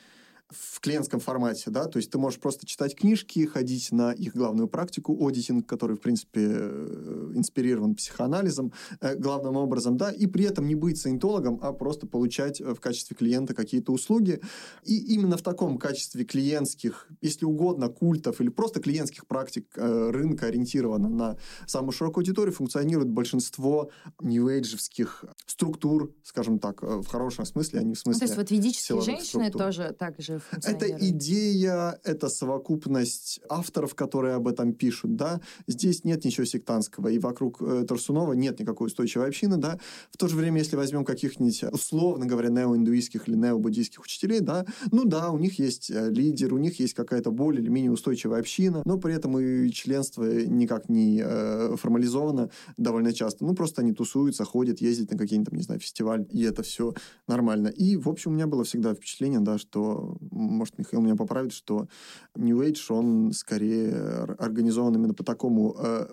в клиентском формате, да, то есть ты можешь просто читать книжки, ходить на их главную практику, аудитинг, который, в принципе, инспирирован психоанализом, главным образом, да, и при этом не быть саентологом, а просто получать в качестве клиента какие-то услуги. И именно в таком качестве клиентских, если угодно, культов или просто клиентских практик рынка, ориентировано на самую широкую аудиторию, функционирует большинство нью-эйджевских структур, скажем так, в хорошем смысле, а не в смысле... Ну, то есть вот ведические женщины структур. тоже так же это идея, это совокупность авторов, которые об этом пишут, да. Здесь нет ничего сектантского, и вокруг э, Турсунова нет никакой устойчивой общины, да. В то же время, если возьмем каких-нибудь, условно говоря, неоиндуистских или необуддийских учителей, да, ну да, у них есть лидер, у них есть какая-то более или менее устойчивая община, но при этом и членство никак не э, формализовано довольно часто. Ну, просто они тусуются, ходят, ездят на какие-нибудь, там, не знаю, фестиваль, и это все нормально. И, в общем, у меня было всегда впечатление, да, что может, Михаил меня поправит, что New Age, он скорее организован именно по такому э,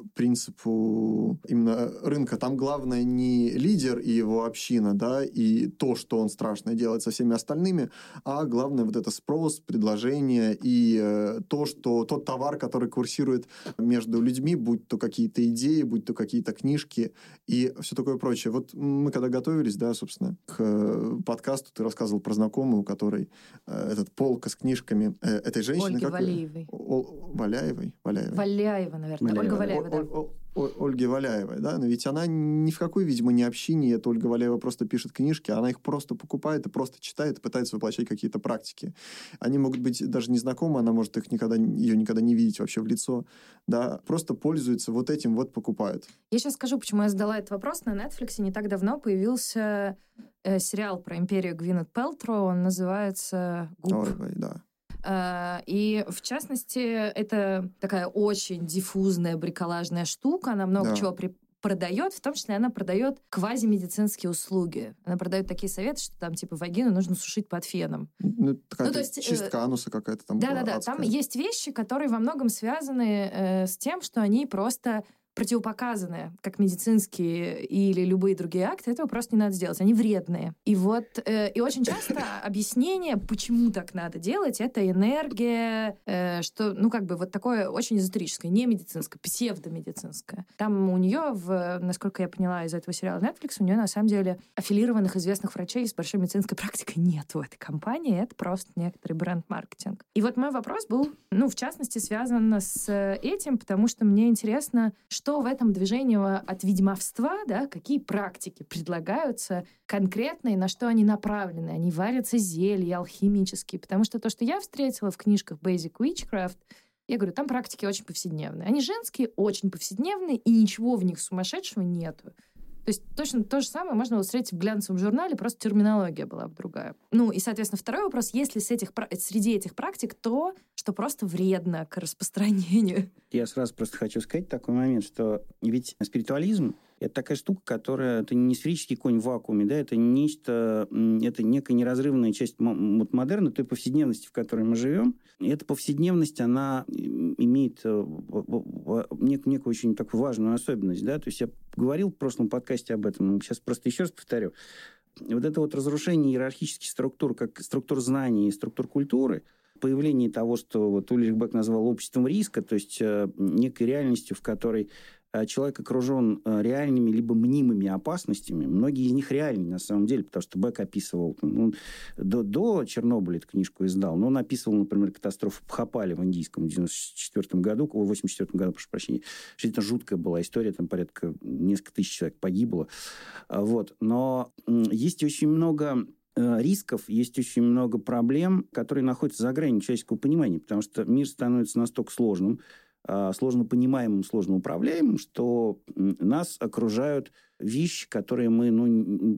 принципу именно рынка. Там главное не лидер и его община, да, и то, что он страшно делает со всеми остальными, а главное вот это спрос, предложение и э, то, что тот товар, который курсирует между людьми, будь то какие-то идеи, будь то какие-то книжки и все такое прочее. Вот мы когда готовились, да, собственно, к подкасту, ты рассказывал про знакомую, у которой э, этот полка с книжками э, этой женщины. Ольги как... Валеевой. О, Валяевой? Валяевой. Валяева, наверное. Валяева. Ольга Валяева, да. О, о, о, Ольги Валяевой, да? Но ведь она ни в какой, видимо, не общине. Это Ольга Валяева просто пишет книжки, она их просто покупает и просто читает, и пытается воплощать какие-то практики. Они могут быть даже незнакомы, она может их никогда, ее никогда не видеть вообще в лицо, да? Просто пользуется вот этим, вот покупает. Я сейчас скажу, почему я задала этот вопрос. На Netflix не так давно появился э, сериал про империю Гвинет Пэлтроу, он называется «Гуп». Ой, да. И, в частности, это такая очень диффузная бриколажная штука, она много Да. чего при... продает, в том числе она продает квазимедицинские услуги. Она продает такие советы, что там, типа, вагину нужно сушить под феном. Ну, такая Ну, то есть, чистка э, ануса какая-то там. Да-да-да, адская. там есть вещи, которые во многом связаны э, с тем, что они просто противопоказаны, как медицинские или любые другие акты, этого просто не надо сделать. Они вредные. И вот, э, и очень часто объяснение, почему так надо делать, это энергия, э, что, ну, как бы вот такое очень эзотерическое, не медицинское, псевдомедицинское. Там у нее, в, насколько я поняла из этого сериала Netflix, у нее, на самом деле, аффилированных известных врачей с большой медицинской практикой нет в этой компании, это просто некоторый бренд-маркетинг. И вот мой вопрос был, ну, в частности, связан с этим, потому что мне интересно, что Что в этом движении от ведьмовства, да, какие практики предлагаются конкретно и на что они направлены? Они варятся зелья алхимические, потому что то, что я встретила в книжках Basic Witchcraft, я говорю, там практики очень повседневные. Они женские, очень повседневные, и ничего в них сумасшедшего нету. То есть точно то же самое можно было встретить в глянцевом журнале, просто терминология была бы другая. Ну и, соответственно, второй вопрос, есть ли с этих, среди этих практик то, что просто вредно к распространению? Я сразу просто хочу сказать такой момент, что ведь спиритуализм — это такая штука, которая... Это не сферический конь в вакууме, да, это нечто... Это некая неразрывная часть вот модерна, той повседневности, в которой мы живем. И эта повседневность, она имеет некую, некую очень такую важную особенность, да, то есть я говорил в прошлом подкасте об этом, сейчас просто еще раз повторю. Вот это вот разрушение иерархических структур, как структур знаний и структур культуры, появление того, что вот Ульрих Бек назвал обществом риска, то есть э, некой реальностью, в которой э, человек окружен э, реальными либо мнимыми опасностями. Многие из них реальны на самом деле, потому что Бек описывал, ну, до, до Чернобыля эту книжку издал, но он описывал, например, катастрофу Бхопали в Индийском в девяносто четвёртом году, в восемьдесят четвёртом году, прошу прощения. Действительно жуткая была история, там порядка несколько тысяч человек погибло. Вот. Но э, есть очень много... рисков, есть очень много проблем, которые находятся за гранью человеческого понимания, потому что мир становится настолько сложным, сложно понимаемым, сложно управляемым, что нас окружают вещи, которые мы ну,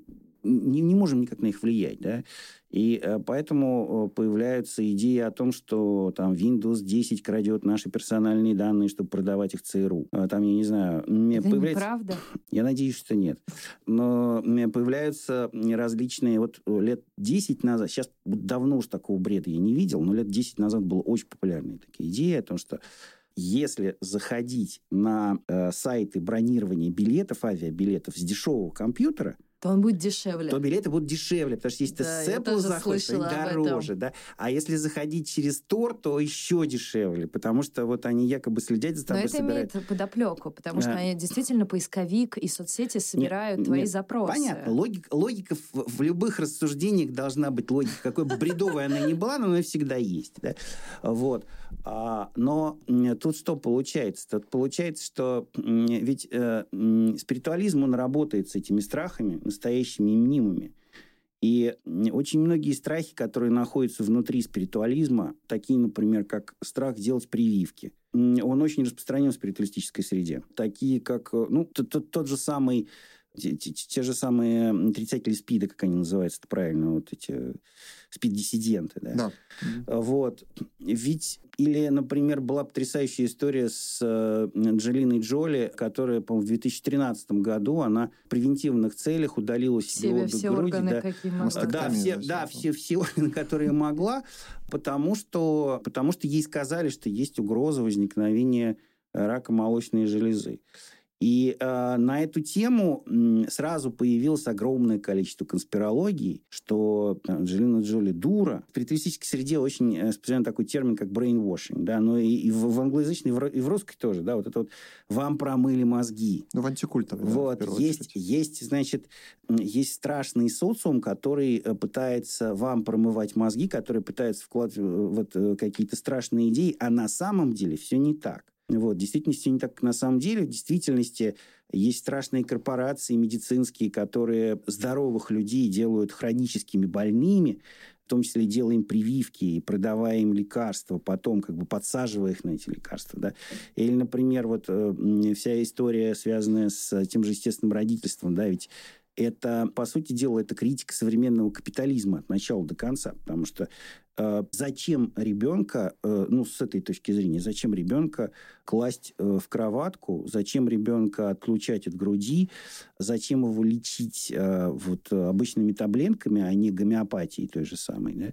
не, не можем никак на них влиять. Да? И поэтому появляются идеи о том, что там Windows десять крадет наши персональные данные, чтобы продавать их ЦРУ. Там, я не знаю... Это появляется... неправда? Я надеюсь, что нет. Но появляются различные... Вот лет десять назад... Сейчас давно уж такого бреда я не видел, но лет десять назад было очень популярные такие идеи о том, что если заходить на э, сайты бронирования билетов, авиабилетов с дешевого компьютера, то он будет дешевле. То билеты будут дешевле, потому что если ты да, с Apple заходишь, то они дороже. Да? А если заходить через Тор, то еще дешевле, потому что вот они якобы следят за тобой. Но это собирают... имеет подоплеку, потому что а... они действительно поисковик и соцсети собирают нет, твои нет, запросы. Понятно. Логика, логика в, в любых рассуждениях должна быть логика. Какой бы бредовой она ни была, но она всегда есть. Да? Вот. А, но тут что получается? Тут получается, что ведь э, спиритуализм, он работает с этими страхами, настоящими и мнимыми. И очень многие страхи, которые находятся внутри спиритуализма, такие, например, как страх делать прививки, он очень распространен в спиритуалистической среде. Такие, как ну, тот, тот же самый, те, те же самые отрицатели СПИДа, как они называются, это правильно, вот эти СПИД-диссиденты. Да? Да. Вот. Ведь или, например, была потрясающая история с Анджелиной Джоли, которая, по-моему, в две тысячи тринадцатом году она в превентивных целях удалила себе все груди. Органы, да, какие могла. да, все, да, все, все органы, которые могла, потому что, потому что ей сказали, что есть угроза возникновения рака молочной железы. И э, на эту тему м, сразу появилось огромное количество конспирологий, что Анджелина Джоли дура. В спиритуалистической среде очень распространен такой термин, как brainwashing, да, но и, и в, в англоязычной, и в, и в русской тоже, да, вот это вот «вам промыли мозги». Ну, в антикультовой, да, вот, есть, есть, значит, есть страшный социум, который пытается вам промывать мозги, который пытается вкладывать вот какие-то страшные идеи, а на самом деле все не так. Вот, в действительности не так, как на самом деле. В действительности есть страшные корпорации медицинские, которые здоровых людей делают хроническими больными, в том числе делая им прививки и продавая им лекарства, потом как бы подсаживая их на эти лекарства. Да? Или, например, вот э, вся история, связанная с тем же естественным родительством, да, ведь это, по сути дела, это критика современного капитализма от начала до конца, потому что э, зачем ребенка, э, ну, с этой точки зрения, зачем ребенка класть э, в кроватку, зачем ребенка отлучать от груди, зачем его лечить э, вот, обычными таблетками, а не гомеопатией той же самой, да?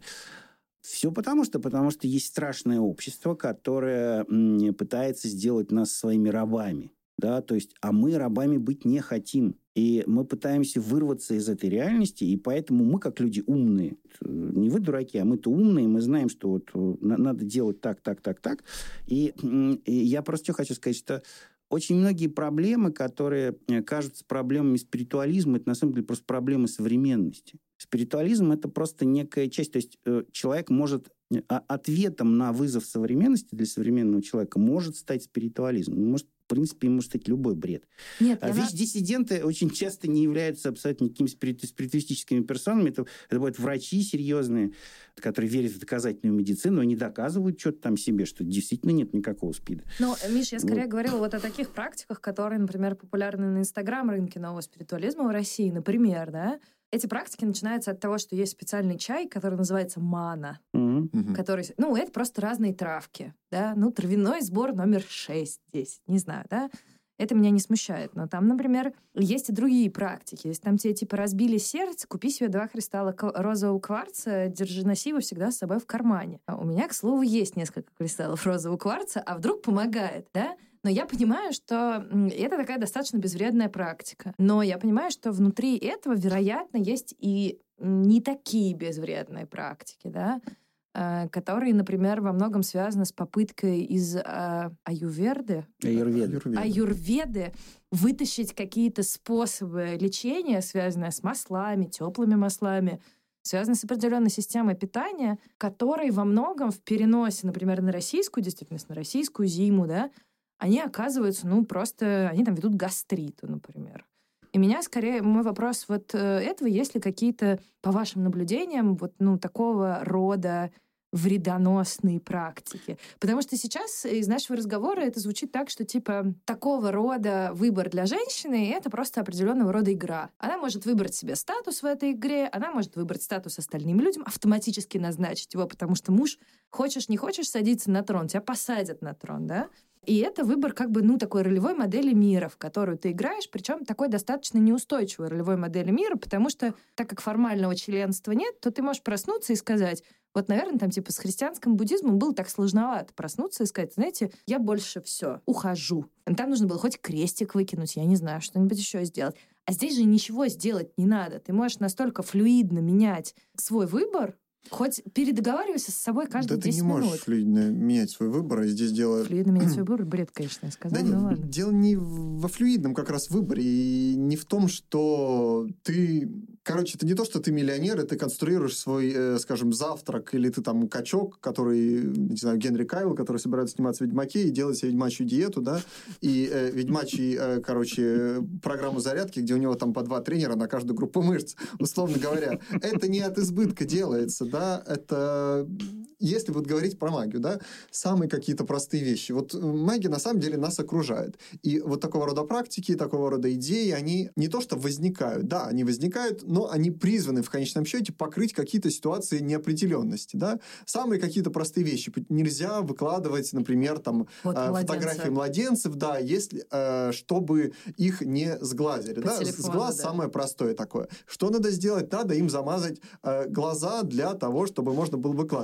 Все потому что, потому что есть страшное общество, которое м, пытается сделать нас своими рабами. Да? То есть, а мы рабами быть не хотим. И мы пытаемся вырваться из этой реальности, и поэтому мы, как люди умные, не вы дураки, а мы-то умные, мы знаем, что вот надо делать так, так, так, так. И, и я просто хочу сказать, что очень многие проблемы, которые кажутся проблемами спиритуализма, это на самом деле просто проблемы современности. Спиритуализм – это просто некая часть. То есть человек может... Ответом на вызов современности для современного человека может стать спиритуализм. Может, в принципе, может стать любой бред. Нет, а ведь диссиденты очень часто не являются абсолютно никакими спиритуалистическими персонами. Это, это бывают врачи серьезные, которые верят в доказательную медицину, они доказывают что-то там себе, что действительно нет никакого СПИДа. Но, Миш, я скорее вот. говорила вот о таких практиках, которые, например, популярны на Инстаграм-рынке нового спиритуализма в России, например, да? Эти практики начинаются от того, что есть специальный чай, который называется мана. Mm-hmm. Который, ну, это просто разные травки, да? Ну, травяной сбор номер шесть, десять, не знаю, да? Это меня не смущает. Но там, например, есть и другие практики. Если там тебе, типа, разбили сердце, купи себе два кристалла розового кварца, держи, носи его всегда с собой в кармане. А у меня, к слову, есть несколько кристаллов розового кварца, а вдруг помогает, да? Но я понимаю, что это такая достаточно безвредная практика. Но я понимаю, что внутри этого, вероятно, есть и не такие безвредные практики, да, которые, например, во многом связаны с попыткой из а, аюрведы, аюрведы. аюрведы вытащить какие-то способы лечения, связанные с маслами, теплыми маслами, связанные с определенной системой питания, которые во многом в переносе, например, на российскую действительность, на российскую зиму, да, они оказываются, ну, просто, они там ведут к гастриту, например. И меня скорее, мой вопрос вот этого, есть ли какие-то, по вашим наблюдениям, вот, ну, такого рода вредоносные практики. Потому что сейчас из нашего разговора это звучит так, что типа такого рода выбор для женщины — это просто определенного рода игра. Она может выбрать себе статус в этой игре, она может выбрать статус остальным людям, автоматически назначить его, потому что муж, хочешь не хочешь, садиться на трон, тебя посадят на трон, да? И это выбор как бы, ну, такой ролевой модели мира, в которую ты играешь, причем такой достаточно неустойчивой ролевой модели мира, потому что, так как формального членства нет, то ты можешь проснуться и сказать, вот, наверное, там типа с христианским буддизмом было так сложновато проснуться и сказать, знаете, я больше все, ухожу. Там нужно было хоть крестик выкинуть, я не знаю, что-нибудь еще сделать. А здесь же ничего сделать не надо. Ты можешь настолько флюидно менять свой выбор, хоть передоговаривайся с собой каждые десять минут. Да ты не можешь флюидно менять свой выбор, и здесь дело... Флюидно менять свой выбор? Бред, конечно, я сказала, да, ну ладно. Дело не во флюидном как раз выборе, и не в том, что ты... Короче, это не то, что ты миллионер, и ты конструируешь свой, э, скажем, завтрак, или ты там качок, который, не знаю, Генри Кавилл, который собирается сниматься в «Ведьмаке» и делать себе ведьмачью диету, да, и э, ведьмачий, э, короче, программу зарядки, где у него там по два тренера на каждую группу мышц, условно говоря. Это не от избытка делается, да, это... Если вот говорить про магию, да, самые какие-то простые вещи. Вот магия на самом деле нас окружает. И вот такого рода практики, такого рода идеи, они не то что возникают, да, они возникают, но они призваны в конечном счете покрыть какие-то ситуации неопределенности, да. Самые какие-то простые вещи. Нельзя выкладывать, например, там, вот э, фотографии младенцев, да, если, э, чтобы их не сглазили, по да. Телефону, сглаз да. Самое простое такое. Что надо сделать? Надо им замазать э, глаза для того, чтобы можно было выкладывать.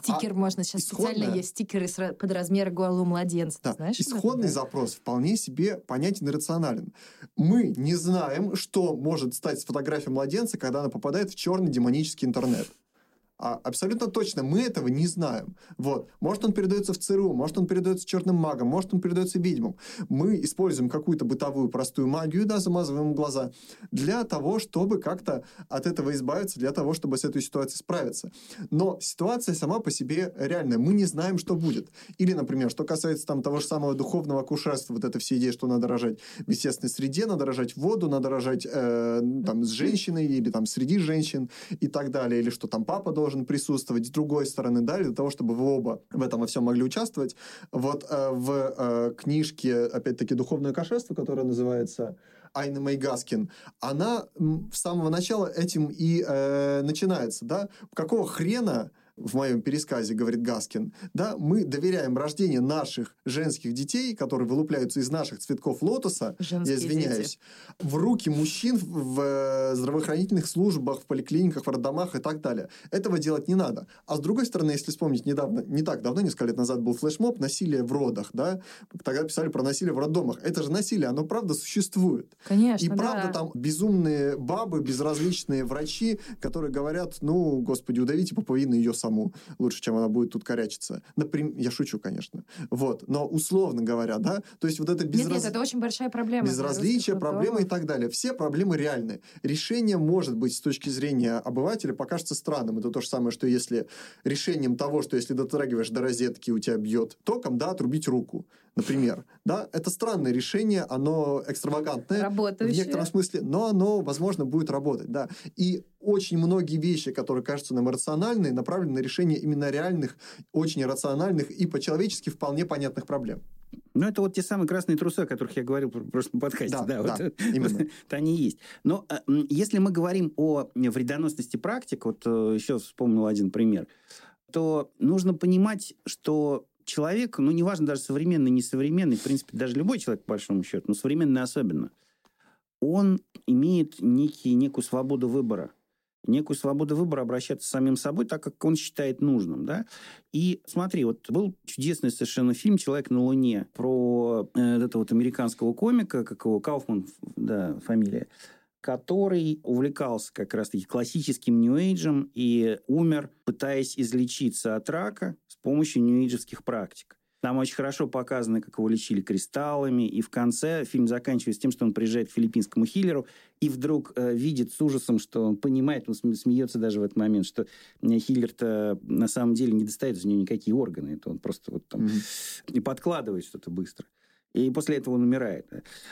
Стикер а можно. Сейчас исходная... специально есть стикеры под размер голого младенца. Да. Знаешь, исходный да? запрос вполне себе понятен и рационален. Мы не знаем, что может стать с фотографией младенца, когда она попадает в черный демонический интернет. А абсолютно точно мы этого не знаем. Вот. Может, он передается в ЦРУ, может, он передается черным магам, может, он передается ведьмам. Мы используем какую-то бытовую простую магию, да, замазываем глаза, для того, чтобы как-то от этого избавиться, для того, чтобы с этой ситуацией справиться. Но ситуация сама по себе реальная. Мы не знаем, что будет. Или, например, что касается там, того же самого духовного акушерства, вот эта вся идея, что надо рожать в естественной среде, надо рожать в воду, надо рожать э, там, с женщиной или там, среди женщин и так далее. Или что там папа должен присутствовать с другой стороны, да, для того, чтобы вы оба в этом во всем могли участвовать. Вот э, в э, книжке, опять-таки, «Духовное акушерство», которая называется Айна Мэй Гаскин, она с самого начала этим и э, начинается, да. Какого хрена, в моем пересказе, говорит Гаскин, да, мы доверяем рождение наших женских детей, которые вылупляются из наших цветков лотоса, женские я извиняюсь, дети, в руки мужчин в здравоохранительных службах, в поликлиниках, в роддомах и так далее. Этого делать не надо. А с другой стороны, если вспомнить, недавно, не так давно, несколько лет назад был флешмоб «Насилие в родах», да, тогда писали про насилие в роддомах. Это же насилие, оно правда существует. Конечно, и правда да. там безумные бабы, безразличные врачи, которые говорят, ну, господи, удавите пуповину ее саму, лучше, чем она будет тут корячиться. Например, я шучу, конечно. Вот. Но условно говоря, да, то есть вот это безраз... Нет, нет, это очень большая проблема. Безразличие, проблемы и так далее. Все проблемы реальны. Решение может быть с точки зрения обывателя покажется странным. Это то же самое, что если решением того, что если дотрагиваешь до розетки, у тебя бьет током, да, отрубить руку, например. Да, это странное решение, оно экстравагантное. Работающее. В некотором смысле, но оно, возможно, будет работать, да. И очень многие вещи, которые кажутся нам рациональными, направлены на решение именно реальных, очень рациональных и по-человечески вполне понятных проблем. Ну, это вот те самые красные трусы, о которых я говорил в прошлом подкасте. Да, да, да, вот, именно. Вот, они есть. Но если мы говорим о вредоносности практик, вот еще вспомнил один пример, то нужно понимать, что человек, ну, неважно, даже современный, несовременный, в принципе, даже любой человек, по большому счету, но современный особенно, он имеет некий, некую свободу выбора. Некую свободу выбора обращаться с самим собой так, как он считает нужным. Да? И смотри, вот был чудесный совершенно фильм «Человек на Луне» про э, этого вот американского комика, как его, Кауфман, да, фамилия, который увлекался как раз-таки классическим нью-эйджем и умер, пытаясь излечиться от рака с помощью нью-эйджевских практик. Там очень хорошо показано, как его лечили кристаллами, и в конце фильм заканчивается тем, что он приезжает к филиппинскому хиллеру и вдруг э, видит с ужасом, что он понимает, он смеется даже в этот момент, что хиллер-то на самом деле не достает из него никакие органы, это он просто вот там mm-hmm. и подкладывает что-то быстро. И после этого он умирает.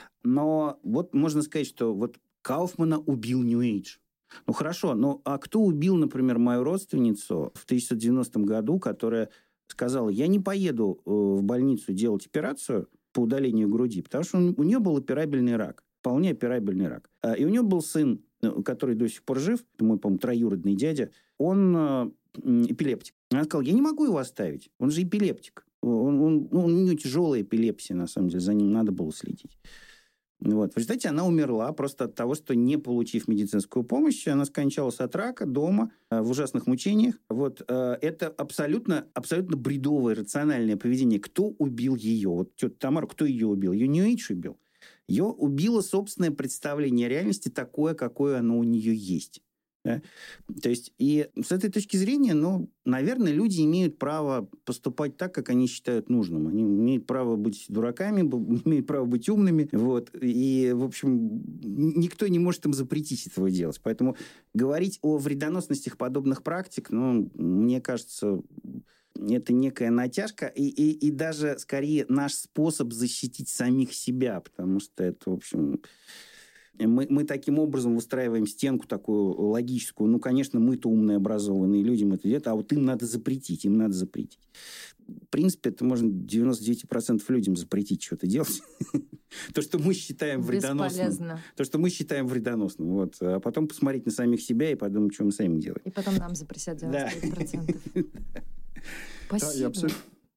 Но вот можно сказать, что вот Кауфмана убил нью-эйдж. Ну хорошо, ну а кто убил, например, мою родственницу в тысяча девятьсот девяностом году, которая сказала, я не поеду в больницу делать операцию по удалению груди, потому что у нее был операбельный рак, вполне операбельный рак. И у нее был сын, который до сих пор жив, это мой, по-моему, троюродный дядя, он эпилептик. Она сказала, я не могу его оставить, он же эпилептик. Он, он, ну, у него тяжелая эпилепсия, на самом деле, за ним надо было следить. Вот. В результате она умерла просто от того, что, не получив медицинскую помощь, она скончалась от рака дома в ужасных мучениях. Вот. Это абсолютно, абсолютно бредовое, рациональное поведение. Кто убил ее? Вот тетя Тамара, кто ее убил? Ее нью-эйдж убил. Ее убило собственное представление о реальности такое, какое оно у нее есть. Да? То есть, и с этой точки зрения, ну, наверное, люди имеют право поступать так, как они считают нужным. Они имеют право быть дураками, имеют право быть умными. Вот. И, в общем, никто не может им запретить этого делать. Поэтому говорить о вредоносностях подобных практик, ну, мне кажется, это некая натяжка. И, и, и даже, скорее, наш способ защитить самих себя. Потому что это, в общем... Мы, мы таким образом выстраиваем стенку такую логическую. Ну, конечно, мы-то умные, образованные люди, мы это делаем, а вот им надо запретить, им надо запретить. В принципе, это можно девяносто девять процентов людям запретить что-то делать. То, что мы считаем вредоносным. То, что мы считаем вредоносным. Вот. А потом посмотреть на самих себя и подумать, что мы сами делаем. И потом нам запретят девяносто девять процентов. Спасибо. Да, я абсолютно...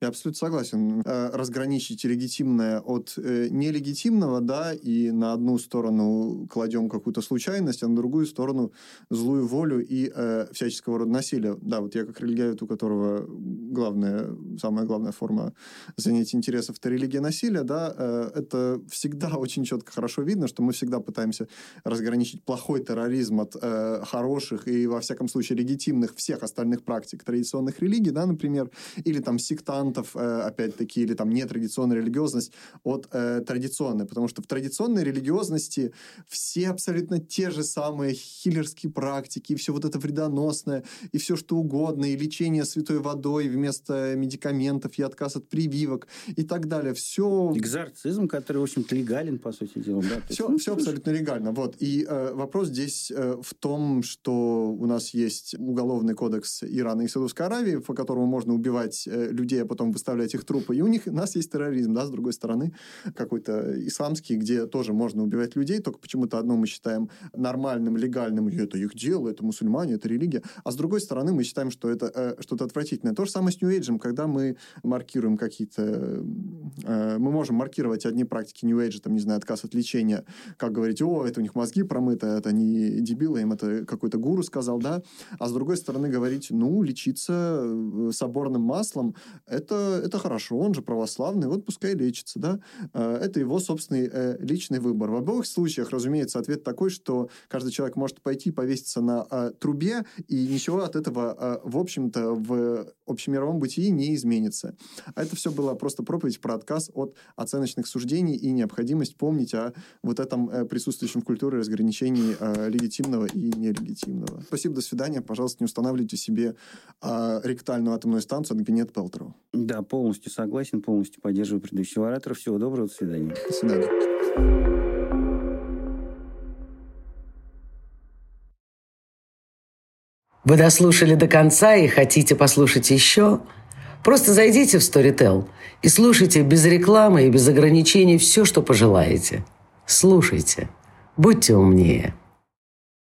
Я абсолютно согласен. Разграничить легитимное от нелегитимного, да, и на одну сторону кладем какую-то случайность, а на другую сторону злую волю и э, всяческого рода насилие. Да, вот я как религиовед, у которого главная, самая главная форма занятия интересов – это религия насилия, да, э, это всегда очень четко, хорошо видно, что мы всегда пытаемся разграничить плохой терроризм от э, хороших и, во всяком случае, легитимных всех остальных практик традиционных религий, да, например, или там сектантов, опять-таки, или там нетрадиционная религиозность от э, традиционной. Потому что в традиционной религиозности все абсолютно те же самые хиллерские практики, и все вот это вредоносное, и все что угодно, и лечение святой водой вместо медикаментов, и отказ от прививок, и так далее. Все... Экзорцизм, который, в общем-то, легален, по сути дела. Да? Все, ну, все абсолютно легально. Вот. И э, вопрос здесь э, в том, что у нас есть уголовный кодекс Ирана и Саудовской Аравии, по которому можно убивать э, людей, а потом выставлять их трупы. И у них, у нас есть терроризм, да, с другой стороны, какой-то исламский, где тоже можно убивать людей, только почему-то одно мы считаем нормальным, легальным, и это их дело, это мусульмане, это религия, а с другой стороны мы считаем, что это э, что-то отвратительное. То же самое с New Age, когда мы маркируем какие-то... Э, мы можем маркировать одни практики New Age, там, не знаю, отказ от лечения, как говорить, о, это у них мозги промыты, это они дебилы, им это какой-то гуру сказал, да, а с другой стороны говорить, ну, лечиться соборным маслом, это Это, это хорошо, он же православный, вот пускай лечится, да. Это его собственный э, личный выбор. В обоих случаях, разумеется, ответ такой, что каждый человек может пойти повеситься на э, трубе, и ничего от этого, э, в общем-то, в общемировом бытии не изменится. А это все была просто проповедь про отказ от оценочных суждений и необходимость помнить о вот этом э, присутствующем в культуре разграничении э, легитимного и нелегитимного. Спасибо, до свидания. Пожалуйста, не устанавливайте себе э, ректальную атомную станцию от Гвинет Пэлтроу. Да, полностью согласен, полностью поддерживаю предыдущего оратора. Всего доброго, до свидания. До свидания. Вы дослушали до конца и хотите послушать еще? Просто зайдите в Storytel и слушайте без рекламы и без ограничений все, что пожелаете. Слушайте. Будьте умнее.